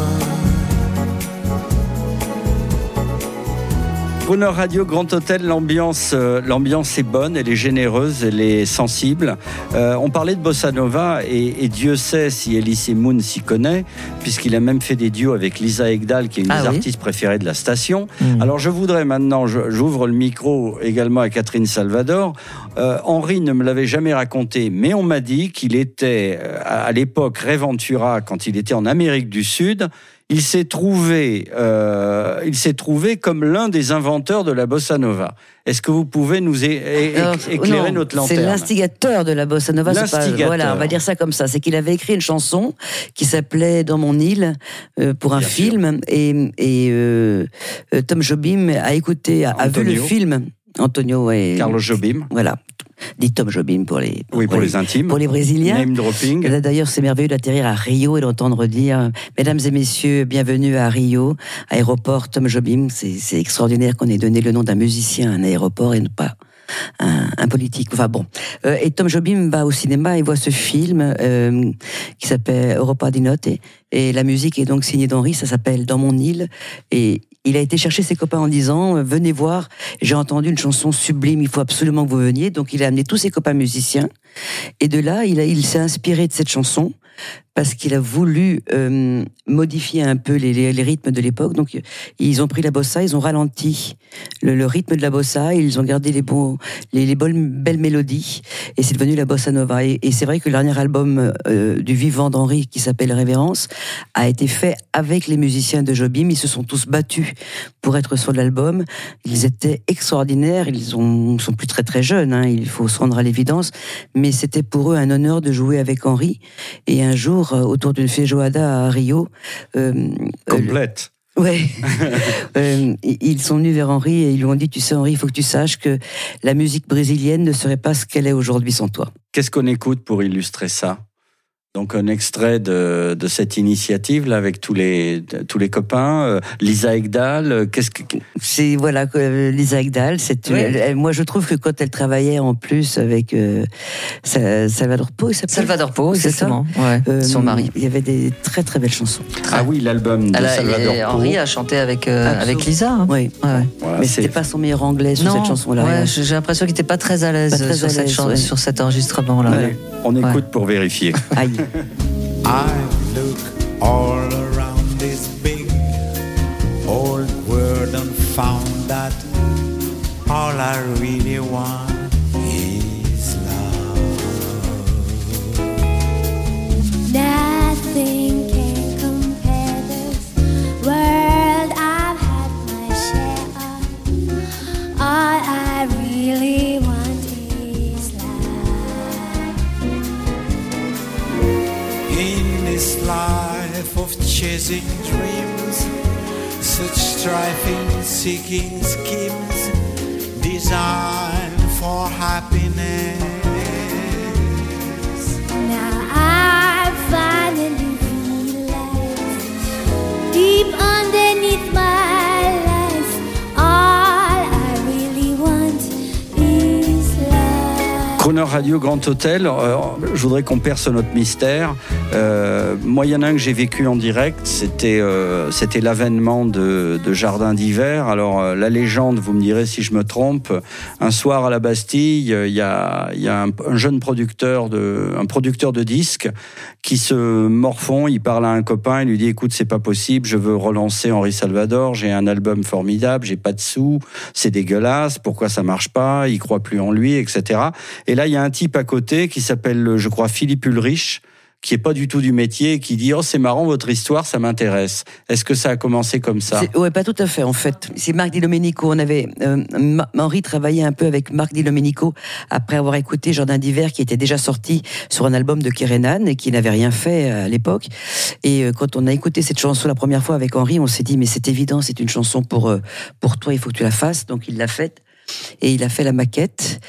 Crooner Radio, Grand Hôtel, l'ambiance est bonne, elle est généreuse, elle est sensible. On parlait de Bossa Nova et Dieu sait si Elie Moon s'y connaît, puisqu'il a même fait des duos avec Lisa Ekdahl, qui est une des artistes préférées de la station. Alors je voudrais maintenant, j'ouvre le micro également à Catherine Salvador. Henri ne me l'avait jamais raconté, mais on m'a dit qu'il était, à l'époque, Ray Ventura, quand il était en Amérique du Sud, il s'est trouvé comme l'un des inventeurs de la bossa nova. Est-ce que vous pouvez nous éclairer notre lanterne ? C'est l'instigateur de la bossa nova. Voilà, on va dire ça comme ça. C'est qu'il avait écrit une chanson qui s'appelait Dans mon île pour un film et Tom Jobim a écouté, a vu le film. Antonio et Carlos Jobim. Voilà. Dit Tom Jobim pour les intimes. Pour les Brésiliens. Name dropping. D'ailleurs, c'est merveilleux d'atterrir à Rio et d'entendre dire mesdames et messieurs, bienvenue à Rio, aéroport Tom Jobim. C'est extraordinaire qu'on ait donné le nom d'un musicien à un aéroport et pas un politique. Enfin bon. Et Tom Jobim va au cinéma et voit ce film qui s'appelle Europa di Notte et la musique est donc signée d'Henri, ça s'appelle Dans mon île et il a été chercher ses copains en disant venez voir, j'ai entendu une chanson sublime, il faut absolument que vous veniez. Donc il a amené tous ses copains musiciens et de là il s'est inspiré de cette chanson parce qu'il a voulu modifier un peu les rythmes de l'époque. Donc ils ont pris la bossa, ils ont ralenti le rythme de la bossa, ils ont gardé les belles mélodies et c'est devenu la bossa nova. Et c'est vrai que le dernier album du vivant d'Henri qui s'appelle Révérence a été fait avec les musiciens de Jobim. Ils se sont tous battus pour être sur l'album. Ils étaient extraordinaires. Ils sont plus très très jeunes, hein, il faut se rendre à l'évidence. Mais c'était pour eux un honneur de jouer avec Henri. Et un jour, autour d'une feijoada à Rio... Complète. Ouais. Ils sont venus vers Henri et ils lui ont dit, tu sais Henri, il faut que tu saches que la musique brésilienne ne serait pas ce qu'elle est aujourd'hui sans toi. Qu'est-ce qu'on écoute pour illustrer ça ? Donc un extrait de cette initiative là avec tous les copains. Lisa Ekdahl, c'est voilà Lisa Ekdahl. Moi je trouve que quand elle travaillait en plus avec Salvador Pau, Salvador Pau, exactement. Ouais, son mari. Il y avait des très très belles chansons. Ah oui, l'album de Salvador Pau. Henri a chanté avec Lisa. Hein. Oui. Ouais. Voilà, mais c'était pas son meilleur anglais sur cette chanson-là. Ouais, j'ai l'impression qu'il était pas très à l'aise sur cet enregistrement-là. Ouais. On écoute pour vérifier. Aïe. I look all around this big old world and found that all I really want is love. Nothing can compare this world I've had my share of. All I really want is love. In this life of chasing dreams, such striving, seeking schemes designed for happiness. Now I Crooner Radio Grand Hôtel, je voudrais qu'on perce notre mystère. Moi, il y en a un que j'ai vécu en direct, c'était l'avènement de Jardin d'hiver. Alors, la légende, vous me direz si je me trompe, un soir à la Bastille, il y a un jeune producteur de disques qui se morfond, il parle à un copain, il lui dit « Écoute, c'est pas possible, je veux relancer Henri Salvador, j'ai un album formidable, j'ai pas de sous, c'est dégueulasse, pourquoi ça marche pas, il croit plus en lui, etc. » Et là, il y a un type à côté qui s'appelle, je crois, Philippe Ulrich, qui est pas du tout du métier et qui dit « Oh, c'est marrant, votre histoire, ça m'intéresse. » Est-ce que ça a commencé comme ça ? Ouais, pas tout à fait, en fait. C'est Marc Di Domenico. Henri travaillait un peu avec Marc Di Domenico après avoir écouté Jardin d'hiver, qui était déjà sorti sur un album de Kerenan et qui n'avait rien fait à l'époque. Et quand on a écouté cette chanson la première fois avec Henri, on s'est dit « Mais c'est évident, c'est une chanson pour toi, il faut que tu la fasses. » Donc il l'a faite. Et il a fait la maquette.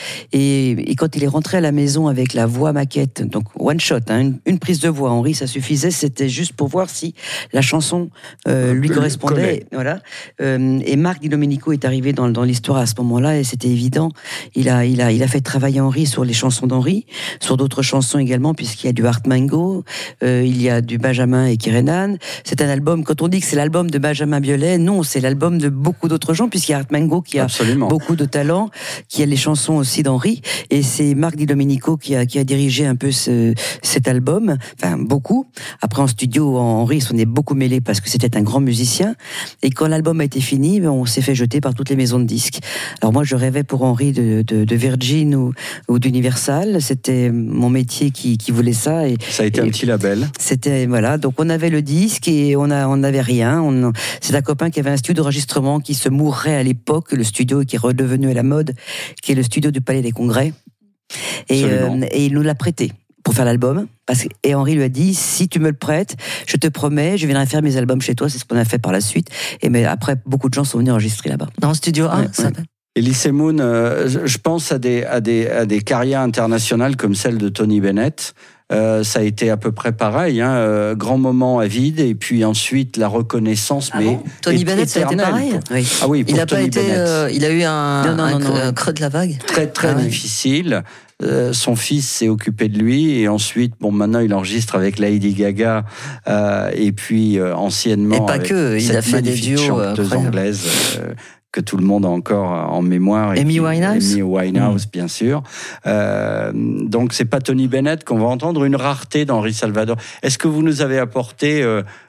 Et quand il est rentré à la maison avec la voix maquette, donc one shot, hein, une prise de voix, Henri, ça suffisait, c'était juste pour voir si la chanson lui correspondait. Voilà. Et Marc Di Domenico est arrivé dans l'histoire à ce moment-là, et c'était évident. Il a fait travailler Henri sur les chansons d'Henri, sur d'autres chansons également, puisqu'il y a du Art Mango, il y a du Benjamin et Kerenan. C'est un album, quand on dit que c'est l'album de Benjamin Biolay, non, c'est l'album de beaucoup d'autres gens, puisqu'il y a Art Mango qui a beaucoup de talent, qui a les chansons aussi d'Henri, et c'est Marc Di Domenico qui a dirigé un peu cet album, enfin beaucoup. Après en studio, Henri s'en est beaucoup mêlé parce que c'était un grand musicien, et quand l'album a été fini, on s'est fait jeter par toutes les maisons de disques. Alors moi je rêvais pour Henri de Virgin ou d'Universal, c'était mon métier qui voulait ça, et ça a été un petit label. C'était, voilà, donc on avait le disque et on n'avait rien. C'est un copain qui avait un studio d'enregistrement qui se mourait à l'époque, le studio qui est redevenu à la mode, qui est le studio du Palais des Congrès, et il nous l'a prêté pour faire l'album, et Henri lui a dit, si tu me le prêtes, je te promets, je viendrai faire mes albums chez toi. C'est ce qu'on a fait par la suite, mais après beaucoup de gens sont venus enregistrer là-bas. Dans le studio 1, ça s'appelle. Elise Moon, je pense à des carrières internationales comme celle de Tony Bennett. Ça a été à peu près pareil, hein, grand moment à vide, et puis ensuite la reconnaissance, mais Tony Bennett, ça a été pareil. Oui. Ah oui, pour il a Tony pas été, il a eu un creux de la vague. Très difficile. Son fils s'est occupé de lui, et ensuite, maintenant il enregistre avec Lady Gaga, et puis anciennement et pas avec que, il a fait des duos chanteuse anglaise. Que tout le monde a encore en mémoire. Amy Winehouse, bien sûr. Donc c'est pas Tony Bennett qu'on va entendre, une rareté d'Henri Salvador. Est-ce que vous nous avez apporté,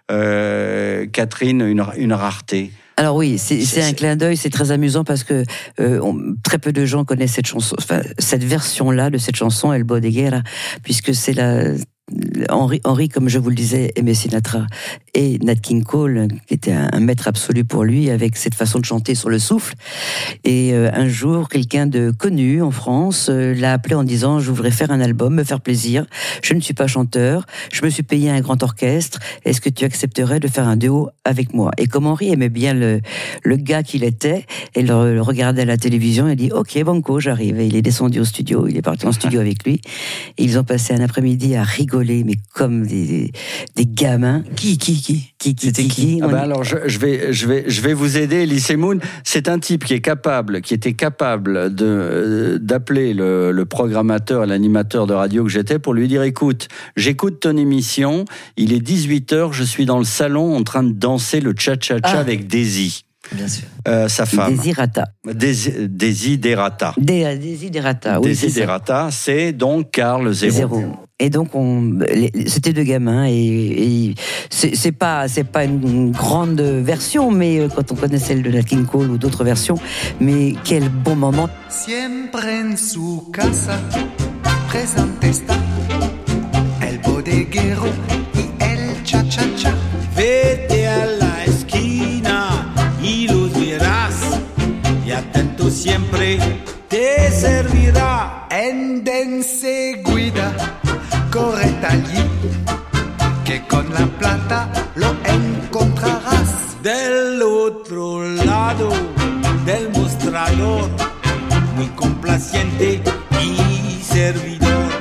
Catherine, une rareté ? Alors oui, c'est un clin d'œil, c'est très amusant parce que très peu de gens connaissent cette chanson, enfin cette version-là de cette chanson, El Bodeguera, puisque c'est Henri, comme je vous le disais, aimait Sinatra et Nat King Cole, qui était un maître absolu pour lui, avec cette façon de chanter sur le souffle. Et un jour, quelqu'un de connu en France l'a appelé en disant « Je voudrais faire un album, me faire plaisir. Je ne suis pas chanteur. Je me suis payé un grand orchestre. Est-ce que tu accepterais de faire un duo avec moi ?» Et comme Henri aimait bien le gars qu'il était, et le regardait à la télévision, il a dit « Ok, banco, j'arrive. » Et il est descendu au studio, il est parti en studio avec lui. Et ils ont passé un après-midi à rigoler, mais comme des gamins. C'était qui? Alors je vais vous aider, Elise Moon. C'est un type qui était capable d'appeler le programmateur et l'animateur de radio que j'étais pour lui dire, écoute, j'écoute ton émission, il est 18h, je suis dans le salon en train de danser le cha-cha-cha avec Daisy. Bien sûr. Sa femme. Desiderata. Desiderata. Desiderata, oui. Desiderata, c'est donc Carl Zéro. Et donc c'était deux gamins, et c'est pas une grande version, mais quand on connaît celle de Nat King Cole ou d'autres versions, mais quel bon moment. Siempre en su casa presente está el bodeguero y el cha-cha-cha. Vete a la esquina y los verás, y atento siempre te servirá. En enseguida corre allí, que con la plata lo encontrarás. Del otro lado del mostrador, muy complaciente y servidor.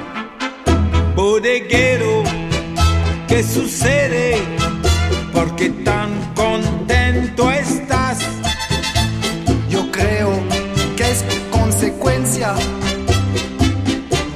Bodeguero, ¿qué sucede? ¿Por qué tan contento estás? Yo creo que es consecuencia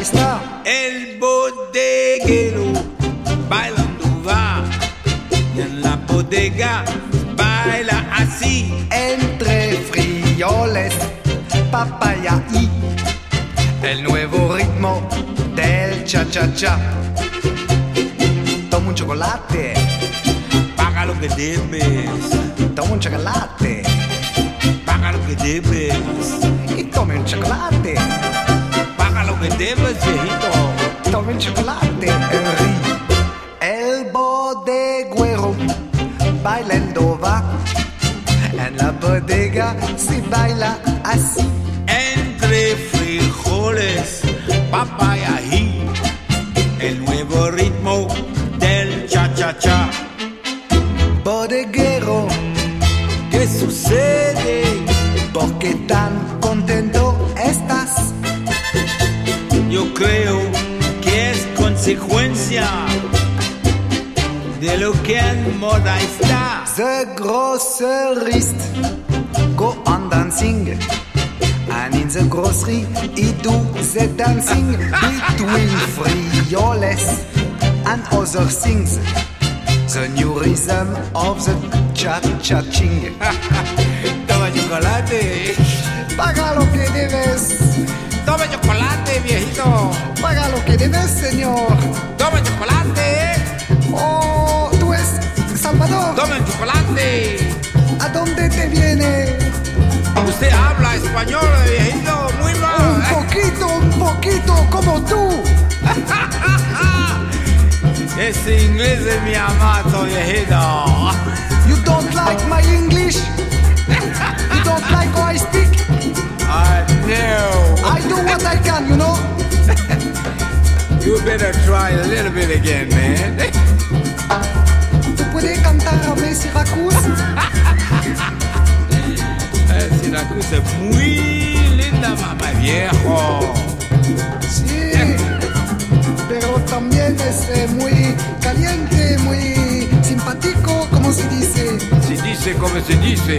está. El bodeguero bailando va y en la bodega baila así. Entre frijoles, papaya y el nuevo ritmo del cha-cha-cha. Toma un chocolate, paga lo que debes. Toma un chocolate, paga lo que debes. Y tome un chocolate, paga lo que debes, viejito. Tome un chocolate, el bodeguero bailando va. En la bodega se baila así. Entre frijoles, papaya y el nuevo ritmo del cha-cha-cha. Bodeguero, ¿qué sucede? ¿Por qué tan contento estás? Yo creo que es consecuencia de lo que en moda está. The grocerist, go on dancing. And in the grocery, he do the dancing between frijoles and other things. The new rhythm of the cha-cha-ching. Toma chocolate. Paga lo que debes. Toma chocolate, viejito. Paga lo que debes, señor. Toma chocolate. Oh, tú es Salvador. Toma chocolate. ¿A dónde te viene? Usted habla español, viejito, muy mal. Un poquito, como tú. Ese inglés es mi amato, viejito. You don't like my English? You don't like how I speak? No. I do what I can, you know? You better try a little bit again, man. ¿Tú puedes cantarme Syracuse? Syracuse es muy linda, mamá, viejo. Sí, pero también es muy caliente, muy simpático, ¿cómo se dice? Se dice como se dice.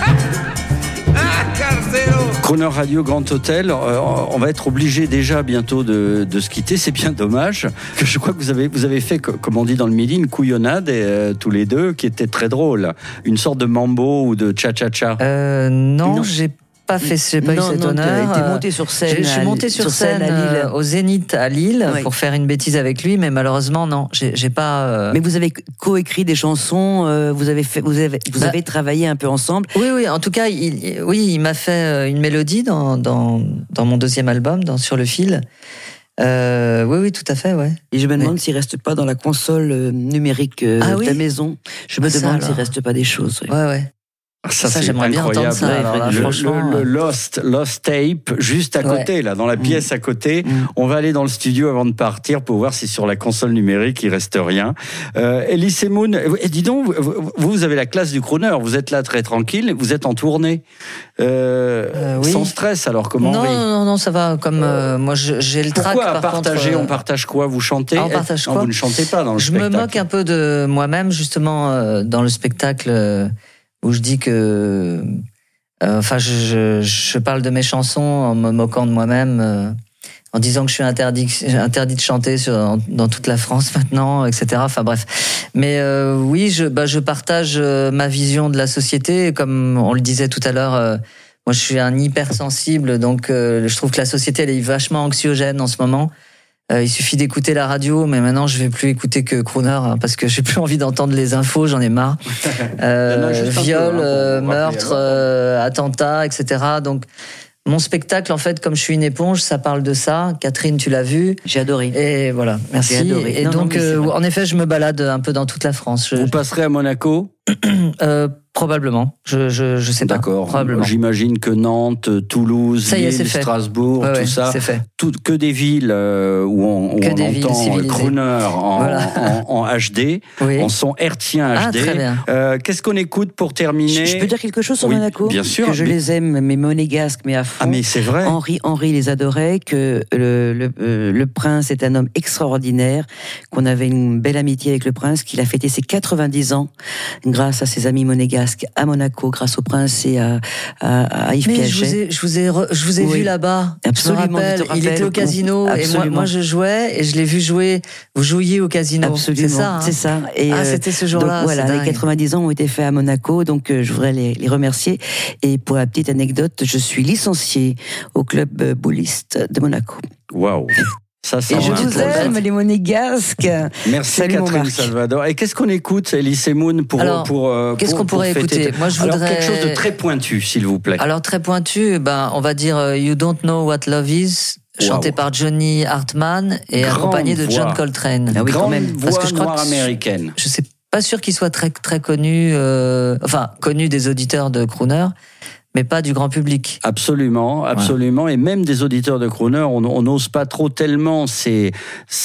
Carcero. Croner Radio Grand Hôtel, on va être obligé déjà bientôt de se quitter. C'est bien dommage que je crois que vous avez fait, comme on dit dans le Midi, une couillonnade tous les deux qui était très drôle. Une sorte de mambo ou de cha-cha-cha. Non, j'ai pas eu cet honneur. Tu es monté sur scène. Je suis monté sur scène à Lille. Au Zénith à Lille, oui, pour faire une bêtise avec lui, mais malheureusement non, j'ai pas. Mais vous avez coécrit des chansons, vous avez travaillé un peu ensemble. Oui, en tout cas, il m'a fait une mélodie dans mon deuxième album, Sur le fil. Oui, tout à fait, ouais. Et je me demande s'il reste pas dans la console numérique de ta maison. Je me demande s'il reste pas des choses. Oui. Ouais. Ça j'aimerais bien entendre ça. Alors là, le Lost Tape, juste à côté, là, dans la pièce à côté. On va aller dans le studio avant de partir pour voir si sur la console numérique il reste rien. Elise Moon, dis donc, vous avez la classe du crooner. Vous êtes là très tranquille. Vous êtes en tournée, sans stress. Alors comment? Non, ça va. Comme moi, j'ai le trac. Pourquoi partager? On partage quoi? Vous chantez? On partage quoi? Vous ne chantez pas dans le spectacle. Je me moque un peu de moi-même justement dans le spectacle. Où je dis que, je parle de mes chansons en me moquant de moi-même, en disant que je suis interdit de chanter dans toute la France maintenant, etc. Enfin bref. Mais oui, je partage ma vision de la société, comme on le disait tout à l'heure. Moi, je suis un hypersensible, donc je trouve que la société elle est vachement anxiogène en ce moment. Il suffit d'écouter la radio, mais maintenant je vais plus écouter que Crooner parce que j'ai plus envie d'entendre les infos, j'en ai marre. Viol, meurtre, attentat, etc. Donc mon spectacle, en fait, comme je suis une éponge, ça parle de ça. Catherine, tu l'as vu. J'ai adoré. Et voilà, merci. J'ai adoré. Et donc, en effet, je me balade un peu dans toute la France. Vous passerez à Monaco? Probablement. Je sais pas. D'accord. Probablement. J'imagine que Nantes, Toulouse, Lille, Strasbourg, tout ça. C'est fait. Que des villes où on entend Crooner en HD, en son hertzien HD. Très bien. Qu'est-ce qu'on écoute pour terminer? Je peux dire quelque chose sur Monaco? Bien sûr. Que je les aime, mes monégasques, mais à fond. Ah, mais c'est vrai. Henri les adorait, que le prince est un homme extraordinaire, qu'on avait une belle amitié avec le prince, qu'il a fêté ses 90 ans grâce à ses amis monégasques. monégasque à Monaco grâce au prince et à Yves Mais Piaget. je vous ai vu là-bas. Absolument, Je me rappelle, il était au casino et moi je jouais et je l'ai vu jouer. Vous jouiez au casino. Absolument, c'est ça. Hein. C'est ça. Et c'était ce jour-là. Donc, voilà, les 90 ans ont été faits à Monaco, donc je voudrais les remercier. Et pour la petite anecdote, je suis licenciée au club bouliste de Monaco. Waouh. Ça, et je vous aime, les monégasques. Merci. Salut, Catherine Salvador. Et qu'est-ce qu'on écoute, Elise Moon, qu'est-ce qu'on pourrait écouter? Moi, je voudrais quelque chose de très pointu, s'il vous plaît. Alors très pointu, on va dire You Don't Know What Love Is, chanté par Johnny Hartman et accompagné de John Coltrane. Ah oui, quand même. Parce que je crois américaine. Je sais pas sûr qu'il soit très très connu, connu des auditeurs de crooner. Mais pas du grand public. Absolument. Et même des auditeurs de crooner, on n'ose pas trop tellement c'est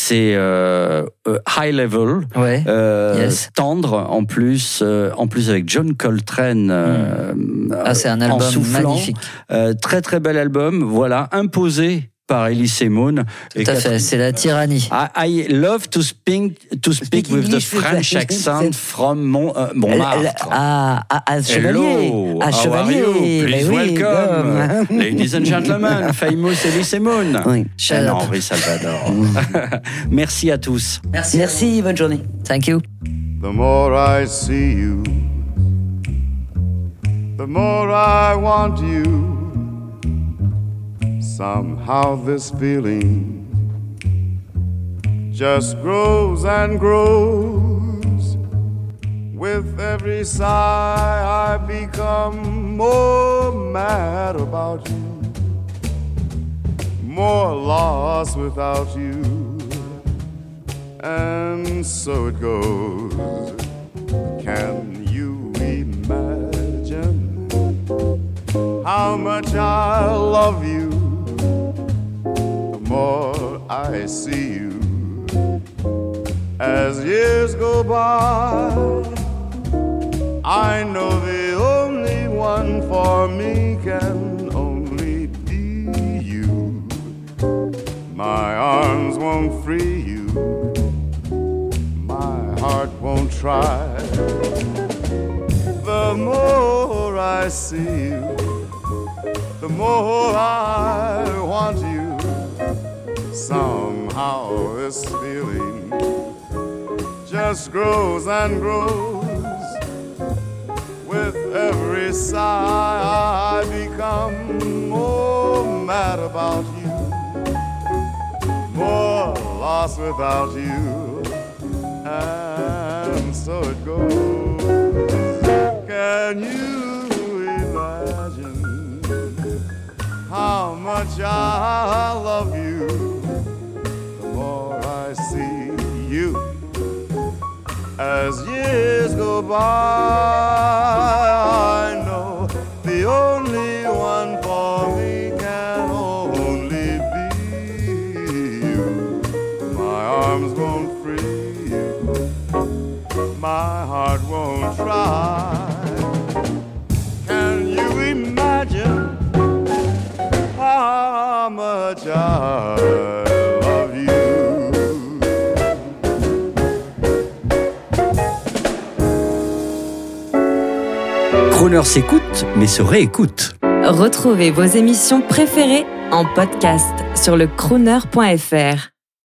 high level, tendre en plus avec John Coltrane. C'est un album magnifique. Très très bel album. Voilà, imposé par Elise Moon. Tout à fait, c'est la tyrannie. I love to speak with the French accent from Montmartre. À Chevalier. Hello, how are you? Please welcome, ladies and gentlemen, famous Elise Moon. Oui. Henri Salvador. Merci à tous. Merci, bonne journée. Thank you. The more I see you, the more I want you. Somehow this feeling just grows and grows. With every sigh I become more mad about you, more lost without you. And so it goes. Can you imagine how much I love you? The more I see you, as years go by, I know the only one for me can only be you. My arms won't free you, my heart won't try. The more I see you, the more I want you. Somehow this feeling just grows and grows. With every sigh I become more mad about you, more lost without you. And so it goes. Can you imagine how much I love you? The more I see you, as years go by, I know the only one for me can only be you. My arms won't free you, my heart won't try. Can you imagine how much I love you? Crooner s'écoute, mais se réécoute. Retrouvez vos émissions préférées en podcast sur le crooner.fr.